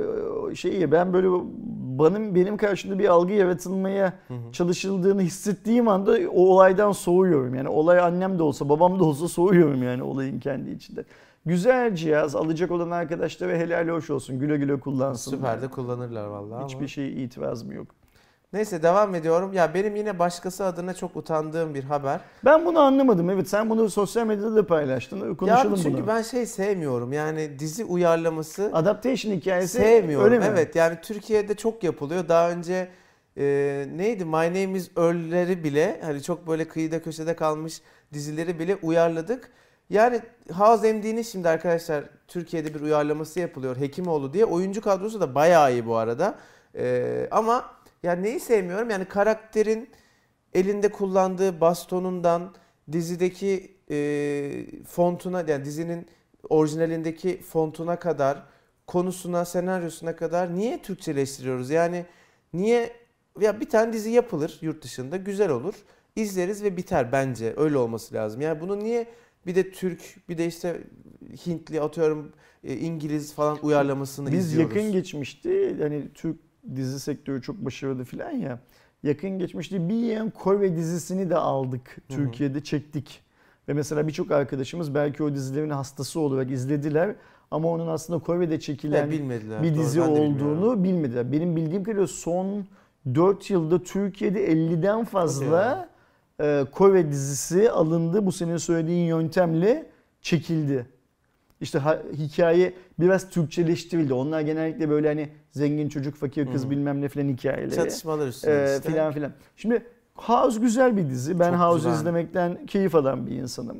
Ben böyle benim karşımda bir algı yaratılmaya çalışıldığını hissettiğim anda o olaydan soğuyorum. Yani olay annem de olsa babam da olsa soğuyorum yani olayın kendi içinde. Güzel cihaz, alacak olan arkadaşlara helal hoş olsun. Güle güle kullansın. Süper de kullanırlar vallahi. Hiçbir şey itirazım yok. Neyse devam ediyorum. Ya benim yine başkası adına çok utandığım bir haber. Ben bunu anlamadım. Evet, sen bunu sosyal medyada da paylaştın. Konuşalım bunu. Çünkü ben sevmiyorum. Yani dizi uyarlaması. Adaptation hikayesi sevmiyorum. Öyle mi? Evet, yani Türkiye'de çok yapılıyor. Daha önce neydi? My Name is Earl'leri bile, hani çok böyle kıyıda köşede kalmış dizileri bile uyarladık. Yani House MD'nin şimdi arkadaşlar Türkiye'de bir uyarlaması yapılıyor, Hekimoğlu diye. Oyuncu kadrosu da bayağı iyi bu arada. Ama yani neyi sevmiyorum? Yani karakterin elinde kullandığı bastonundan dizideki fontuna, yani dizinin orijinalindeki fontuna kadar, konusuna, senaryosuna kadar niye Türkçeleştiriyoruz? Yani niye, ya bir tane dizi yapılır yurt dışında, güzel olur, izleriz ve biter bence. Öyle olması lazım. Yani bunu niye bir de Türk, bir de işte Hintli, atıyorum İngiliz falan uyarlamasını izliyoruz? Biz yakın geçmişti, hani Türk dizi sektörü çok başarılı falan ya. Yakın geçmişte bir yığın Kore dizisini de aldık. Türkiye'de çektik. Ve mesela birçok arkadaşımız belki o dizilerin hastası olarak izlediler. Ama onun aslında Kore'de çekilen bilmediler. bir dizi Doğru, ben de olduğunu bilmiyorum. bilmediler. Benim bildiğim kadarıyla son 4 yılda Türkiye'de 50'den fazla Kore dizisi alındı. Bu senin söylediğin yöntemle çekildi. İşte hikaye biraz Türkçeleştirildi. Onlar genellikle böyle hani zengin çocuk, fakir kız bilmem ne filan hikayeleri. Çatışmalar üstüne işte. Filan filan. Şimdi House güzel bir dizi. Ben Çok House'u güzel. izlemekten keyif alan bir insanım.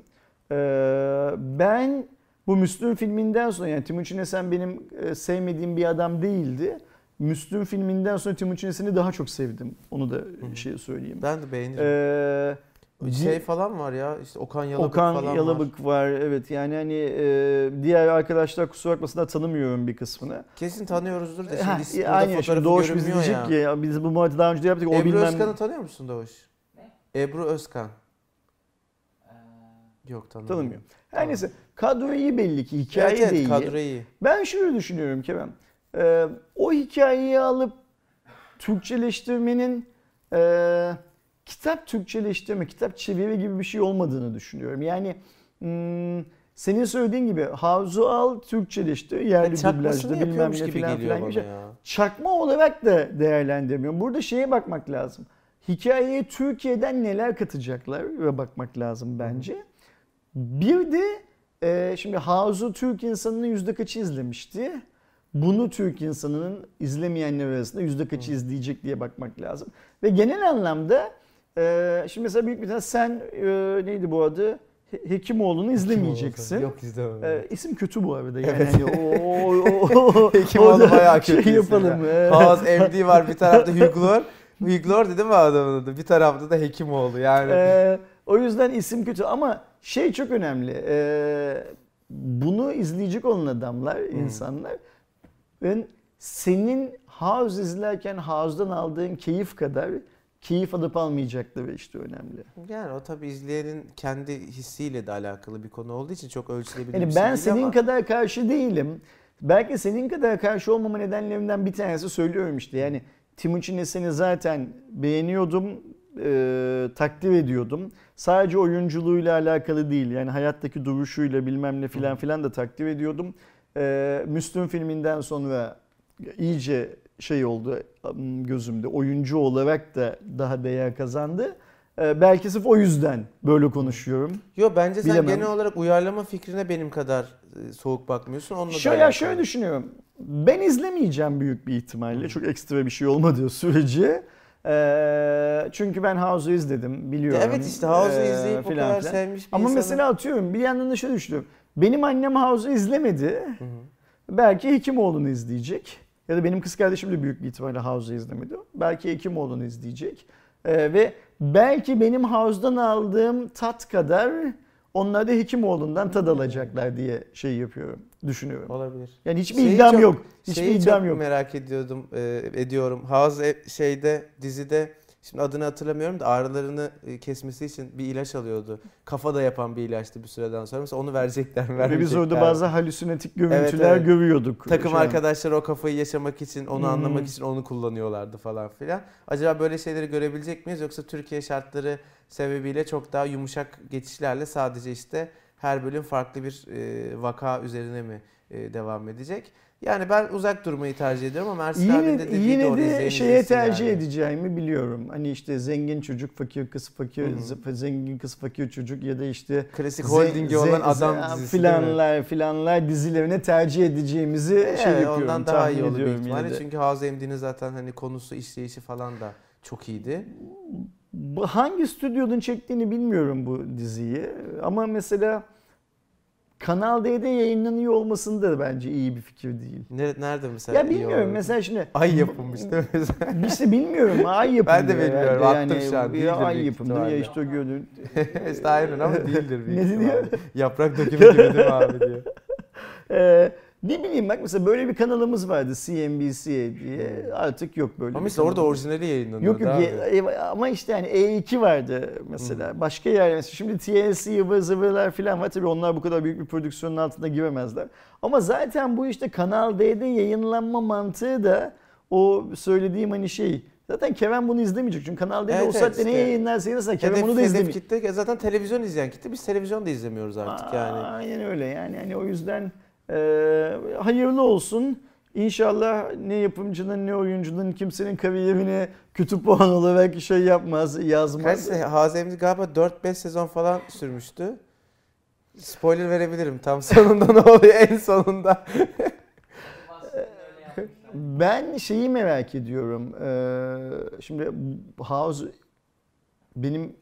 Ben bu Müslüm filminden sonra, yani Timuçin Esen benim sevmediğim bir adam değildi. Müslüm filminden sonra Timuçin Esen'i daha çok sevdim. Onu da söyleyeyim. Ben de beğenirim. Şey falan var ya, işte Okan Yalabık falan var. Yalabık var. Evet, yani hani diğer arkadaşlar kusura bakmasınlar, tanımıyorum bir kısmını. Kesin tanıyoruzdur da şimdi ismi Aynen, fotoğrafı şimdi Doğuş biz görünmüyor diyecek ya. ki biz bu muhabbeti daha önce de yaptık. O Ebru bilmem... Özkan'ı tanıyor musun Doğuş? Ne? Ebru Özkan. Yok, Tanımıyorum. Her neyse, kadro iyi belli ki, hikaye Evet, de iyi. kadro iyi. Ben şöyle düşünüyorum Kerem. O hikayeyi alıp Türkçeleştirmenin kitap Türkçeleştirme, kitap çeviri gibi bir şey olmadığını düşünüyorum. Yani senin söylediğin gibi House'u al, Türkçeleştir, yerli Çakmasını dublajda bilmem yapıyormuş ne gibi filan geliyor filan. bana ya. Çakma olarak da değerlendirmiyorum. Burada şeye bakmak lazım. Hikayeye Türkiye'den neler katacaklar ve bakmak lazım bence. Bir de şimdi House'u Türk insanının yüzde kaçı izlemişti? Bunu Türk insanının izlemeyenler arasında yüzde kaçı izleyecek diye bakmak lazım. Ve genel anlamda şimdi mesela büyük bir tane sen neydi bu adı? Hekimoğlu'nu izlemeyeceksin. Yok, izlemem. İsim kötü bu arada yani. Evet. Hekimoğlu bayağı kötü isim yapalım. House MD var, bir tarafta Hugh Laurie. Hugh Laurie değil mi adamın adı? Bir tarafta da Hekimoğlu yani. O yüzden isim kötü ama şey çok önemli. Bunu izleyecek olan adamlar, insanlar, ben senin House izlerken House'dan aldığın keyif kadar keyif alıp almayacakları işte önemli. Yani o tabii izleyenin kendi hissiyle de alakalı bir konu olduğu için çok ölçülebilir Yani bir şey ben değil senin ama. kadar karşı değilim. Belki senin kadar karşı olmama nedenlerinden bir tanesi söylüyorum işte. Yani Timuçin Esen'i zaten beğeniyordum, takdir ediyordum. Sadece oyunculuğuyla alakalı değil. Yani hayattaki duruşuyla bilmem ne filan filan da takdir ediyordum. Müslüm filminden sonra iyice şey oldu gözümde. Oyuncu olarak da daha değer kazandı. Belki sırf o yüzden böyle konuşuyorum. Yok, bence sen Bilemem. genel olarak uyarlama fikrine benim kadar soğuk bakmıyorsun. Onunla da alakalı. Şöyle düşünüyorum. Ben izlemeyeceğim büyük bir ihtimalle. Çok ekstra bir şey olmadığı sürece. Çünkü ben House'u izledim, biliyorum. Evet, işte House'u izleyip o filan kadar filan. sevmiş bir Ama insanın. mesela atıyorum bir yandan da şöyle düşünüyorum. Benim annem House'u izlemedi. Belki Hekimoğlu'nu izleyecek. Ya da benim kız kardeşim de büyük bir ihtimalle House'u izlemedi. Belki Hekimoğlu'nu izleyecek. Ve belki benim House'dan aldığım tat kadar onlar da Hekimoğlu'ndan tad alacaklar diye şey yapıyorum, düşünüyorum. Olabilir. Yani hiçbir iddiam yok. Hiçbir Şeyi iddiam çok yok. merak ediyorum. House dizide, şimdi adını hatırlamıyorum da, ağrılarını kesmesi için bir ilaç alıyordu. Kafa da yapan bir ilaçtı bir süreden sonra. Mesela onu verecekler mi? Ve biz orada vermeyecekler mi? bazı halüsinatik görüntüler Evet. görüyorduk. Takım şu an. arkadaşları o kafayı yaşamak için, onu anlamak için onu kullanıyorlardı falan filan. Acaba böyle şeyleri görebilecek miyiz, yoksa Türkiye şartları sebebiyle çok daha yumuşak geçişlerle sadece işte her bölüm farklı bir vaka üzerine mi devam edecek? Yani ben uzak durmayı tercih ediyorum ama Ersin abinin de dediği Yine doğru, de izleyin, şeye izlesin tercih yani. edeceğimi biliyorum. Hani işte zengin çocuk, fakir kız, zengin kız, fakir çocuk ya da işte Klasik holdingi olan adam dizisi filanlar dizilerine tercih edeceğimizi yapıyorum. Ondan daha iyi tahmin olur büyük ediyorum yine ihtimalle. de. Çünkü House MD'nin zaten hani konusu, işleyişi falan da çok iyiydi. Hangi stüdyonun çektiğini bilmiyorum bu diziyi. Ama mesela Kanal D'de yayınlanıyor olmasında da bence iyi bir fikir değil. Nerede mesela Ya iyi bilmiyorum olur? mesela şimdi. Ay yapılmış değil mi? İşte bilmiyorum, ay yapımdır. Ben de bilmiyorum, herhalde. attım şu an, değildir ay büyük yapımdır ihtimalle. ya işte o gördüğün. işte aynen ama değildir büyük Ne ihtimalle. diyor? Yaprak dökümü gibi değil mi abi diyor. Ne bileyim bak mesela böyle bir kanalımız vardı CNBC diye, artık yok böyle Ama bir mesela orada kanalımız. orijinali yayınlanıyordu Yok abi. ama işte yani E2 vardı mesela. Başka yer mesela şimdi TLC ıvır zıvırlar falan var. Tabii onlar bu kadar büyük bir prodüksiyonun altında giremezler. Ama zaten bu işte Kanal D'de yayınlanma mantığı da o söylediğim hani şey. Zaten Kerem bunu izlemeyecek çünkü Kanal D'de o saatte ne yayınlarsa yayınlarsa Kerem onu da izlemeyecek. Kitle zaten televizyon izleyen kitle. Biz televizyon da izlemiyoruz artık yani. Aynen öyle yani hani o yüzden Hayırlı olsun. İnşallah ne yapımcının ne oyuncunun kimsenin kariyerine kötü puan olarak şey yapmaz, yazmaz. Kaç sene? Hazemci galiba 4-5 sezon falan sürmüştü. Spoiler verebilirim. Tam sonunda ne oluyor en sonunda? Ben şeyi merak ediyorum. Şimdi House benim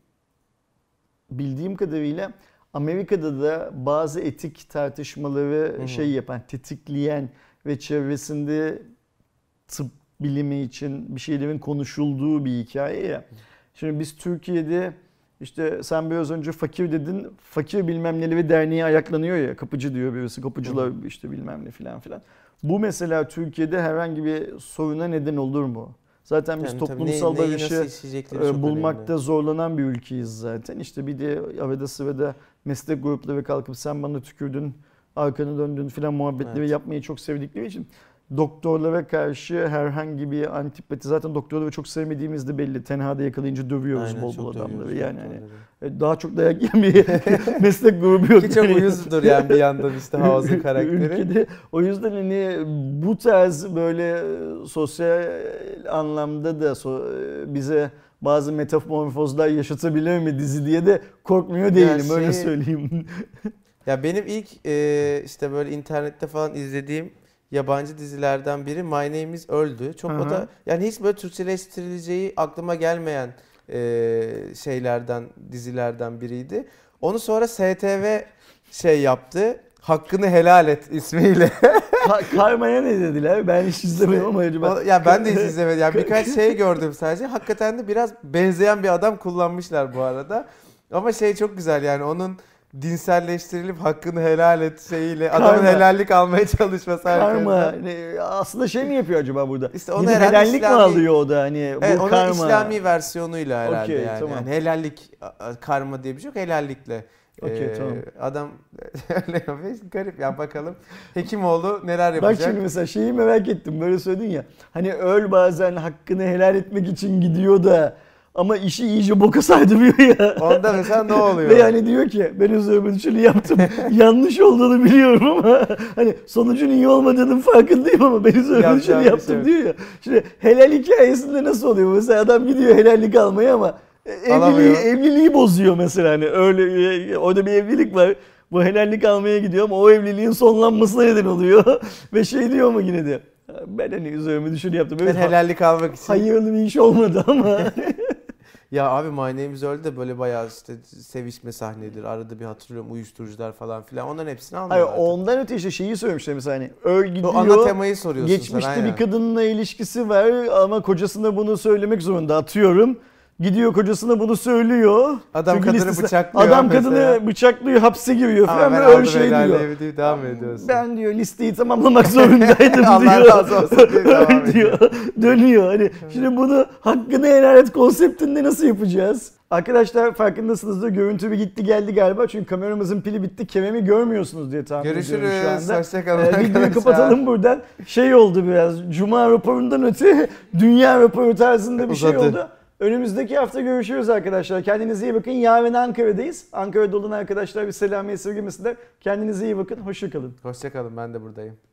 bildiğim kadarıyla Amerika'da da bazı etik tartışmaları şey yapan, tetikleyen ve çevresinde tıp bilimi için bir şeylerin konuşulduğu bir hikaye ya. Şimdi biz Türkiye'de işte sen biraz önce fakir dedin. Fakir bilmem neleri derneği ayaklanıyor ya. Kapıcı diyor birisi. Kapıcılar işte bilmem ne filan filan. Bu mesela Türkiye'de herhangi bir soruna neden olur mu? Zaten biz Yani toplumsal neyi barışı nasıl işleyecekleri bulmakta önemli. zorlanan bir ülkeyiz zaten. İşte bir de arada sırada meslek grupları kalkıp sen bana tükürdün, arkanı döndün filan muhabbetleri Evet. yapmayı çok sevdikleri için doktorlara karşı herhangi bir antipati, zaten doktorları çok sevmediğimiz de belli. Tenhada yakalayınca dövüyoruz Aynen, bol çok bol adamları. dövüyoruz Yani hani doktorları. daha çok dayak yiyen bir meslek grubu yok. Ki çok Yani. uyuzdur yani bir yandan işte House'un karakteri. Ülkede. O yüzden hani bu tarz böyle sosyal anlamda da bize bazı metamorfozlar yaşatabilir mi dizi diye de korkmuyor değilim, öyle söyleyeyim. Ya benim ilk işte böyle internette falan izlediğim yabancı dizilerden biri My Name is Earl'dü. Çok o da yani hiç böyle Türkçeleştirileceği aklıma gelmeyen şeylerden, dizilerden biriydi. Onu sonra STV şey yaptı. Hakkını helal et ismiyle. Karma'ya ne dediler? Ben hiç izlemedim ama acaba. Ya ben de hiç izlemedim. Yani birkaç şey gördüm sadece. Hakikaten de biraz benzeyen bir adam kullanmışlar bu arada. Ama şey çok güzel yani onun dinselleştirilip hakkını helal et şeyiyle adamın Karma. helallik almaya çalışması Karma. arkadaşlar. Aslında şey mi yapıyor acaba burada? İşte onu Gidip herhalde helallik mi alıyor o da hani Evet, bu onun karma. İslami versiyonuyla herhalde Okey, yani. tamam. Yani helallik, karma diye bir şey yok. Helallikle. Okey, tamam. Adam öyle yapıyor. Garip ya bakalım. Hekimoğlu neler Bak yapacak? şimdi mesela şeyi merak ettim, böyle söyledin ya. Hani öl bazen hakkını helal etmek için gidiyor da ama işi iyice boka sardırıyor ya. Onda mesela ne oluyor? Ve yani diyor ki ben üzerime şunu yaptım. Yanlış olduğunu biliyorum ama hani sonucun iyi olmadığının farkındayım ama ben üzerime şunu Yapacağım bir yaptım şey diyor ya. Şimdi helal hikayesinde nasıl oluyor? Mesela adam gidiyor helallik almaya ama Alamıyor. evliliği bozuyor mesela, hani öyle orada bir evlilik var. Bu helallik almaya gidiyor ama o evliliğin sonlanmasına neden oluyor. Ve şey diyor mu yine de ben hani üzerime düşeni yaptım. Ben Evet, helallik almak için. hayırlı bir iş olmadı ama. Ya abi My Name is Earl de böyle bayağı işte sevişme sahnedir. Arada bir hatırlıyorum uyuşturucular falan filan. Onların hepsini Hayır, almıyorlar. ondan öte işte şeyi söylemişler mesela hani Earl gidiyor. O ana temayı soruyorsun Geçmişte sen. bir kadınla ilişkisi var ama kocasına bunu söylemek zorunda, atıyorum. Gidiyor kocasına bunu söylüyor. Adam Çünkü kadını listesi- bıçaklıyor Adam mesela. kadını bıçaklıyor, hapse giriyor Ama falan ben ve öyle aldım şey diyor. helalliğimi deyip devam ediyorsun. Ben diyor listeyi tamamlamak zorundaydım Allah diyor. razı olsun diye devam Öyle diyor. Dönüyor. Hani şimdi bunu hakkını helal et konseptinde nasıl yapacağız? Arkadaşlar farkındasınızdır, görüntü bir gitti geldi galiba çünkü kameramızın pili bitti. Kerem'i görmüyorsunuz diye tahmin ediyorum şu Görüşürüz. anda. Hoşçakalın Videoyu arkadaşlar. kapatalım buradan. Şey oldu biraz, Cuma raporundan öte dünya raporu tarzında bir şey Uzadı. oldu. Önümüzdeki hafta görüşürüz arkadaşlar. Kendinize iyi bakın. Yarın Ankara'dayız. Ankara'da olan arkadaşlar bir selam esirgemesinler. Kendinize iyi bakın. Hoşça kalın. Hoşçakalın, ben de buradayım.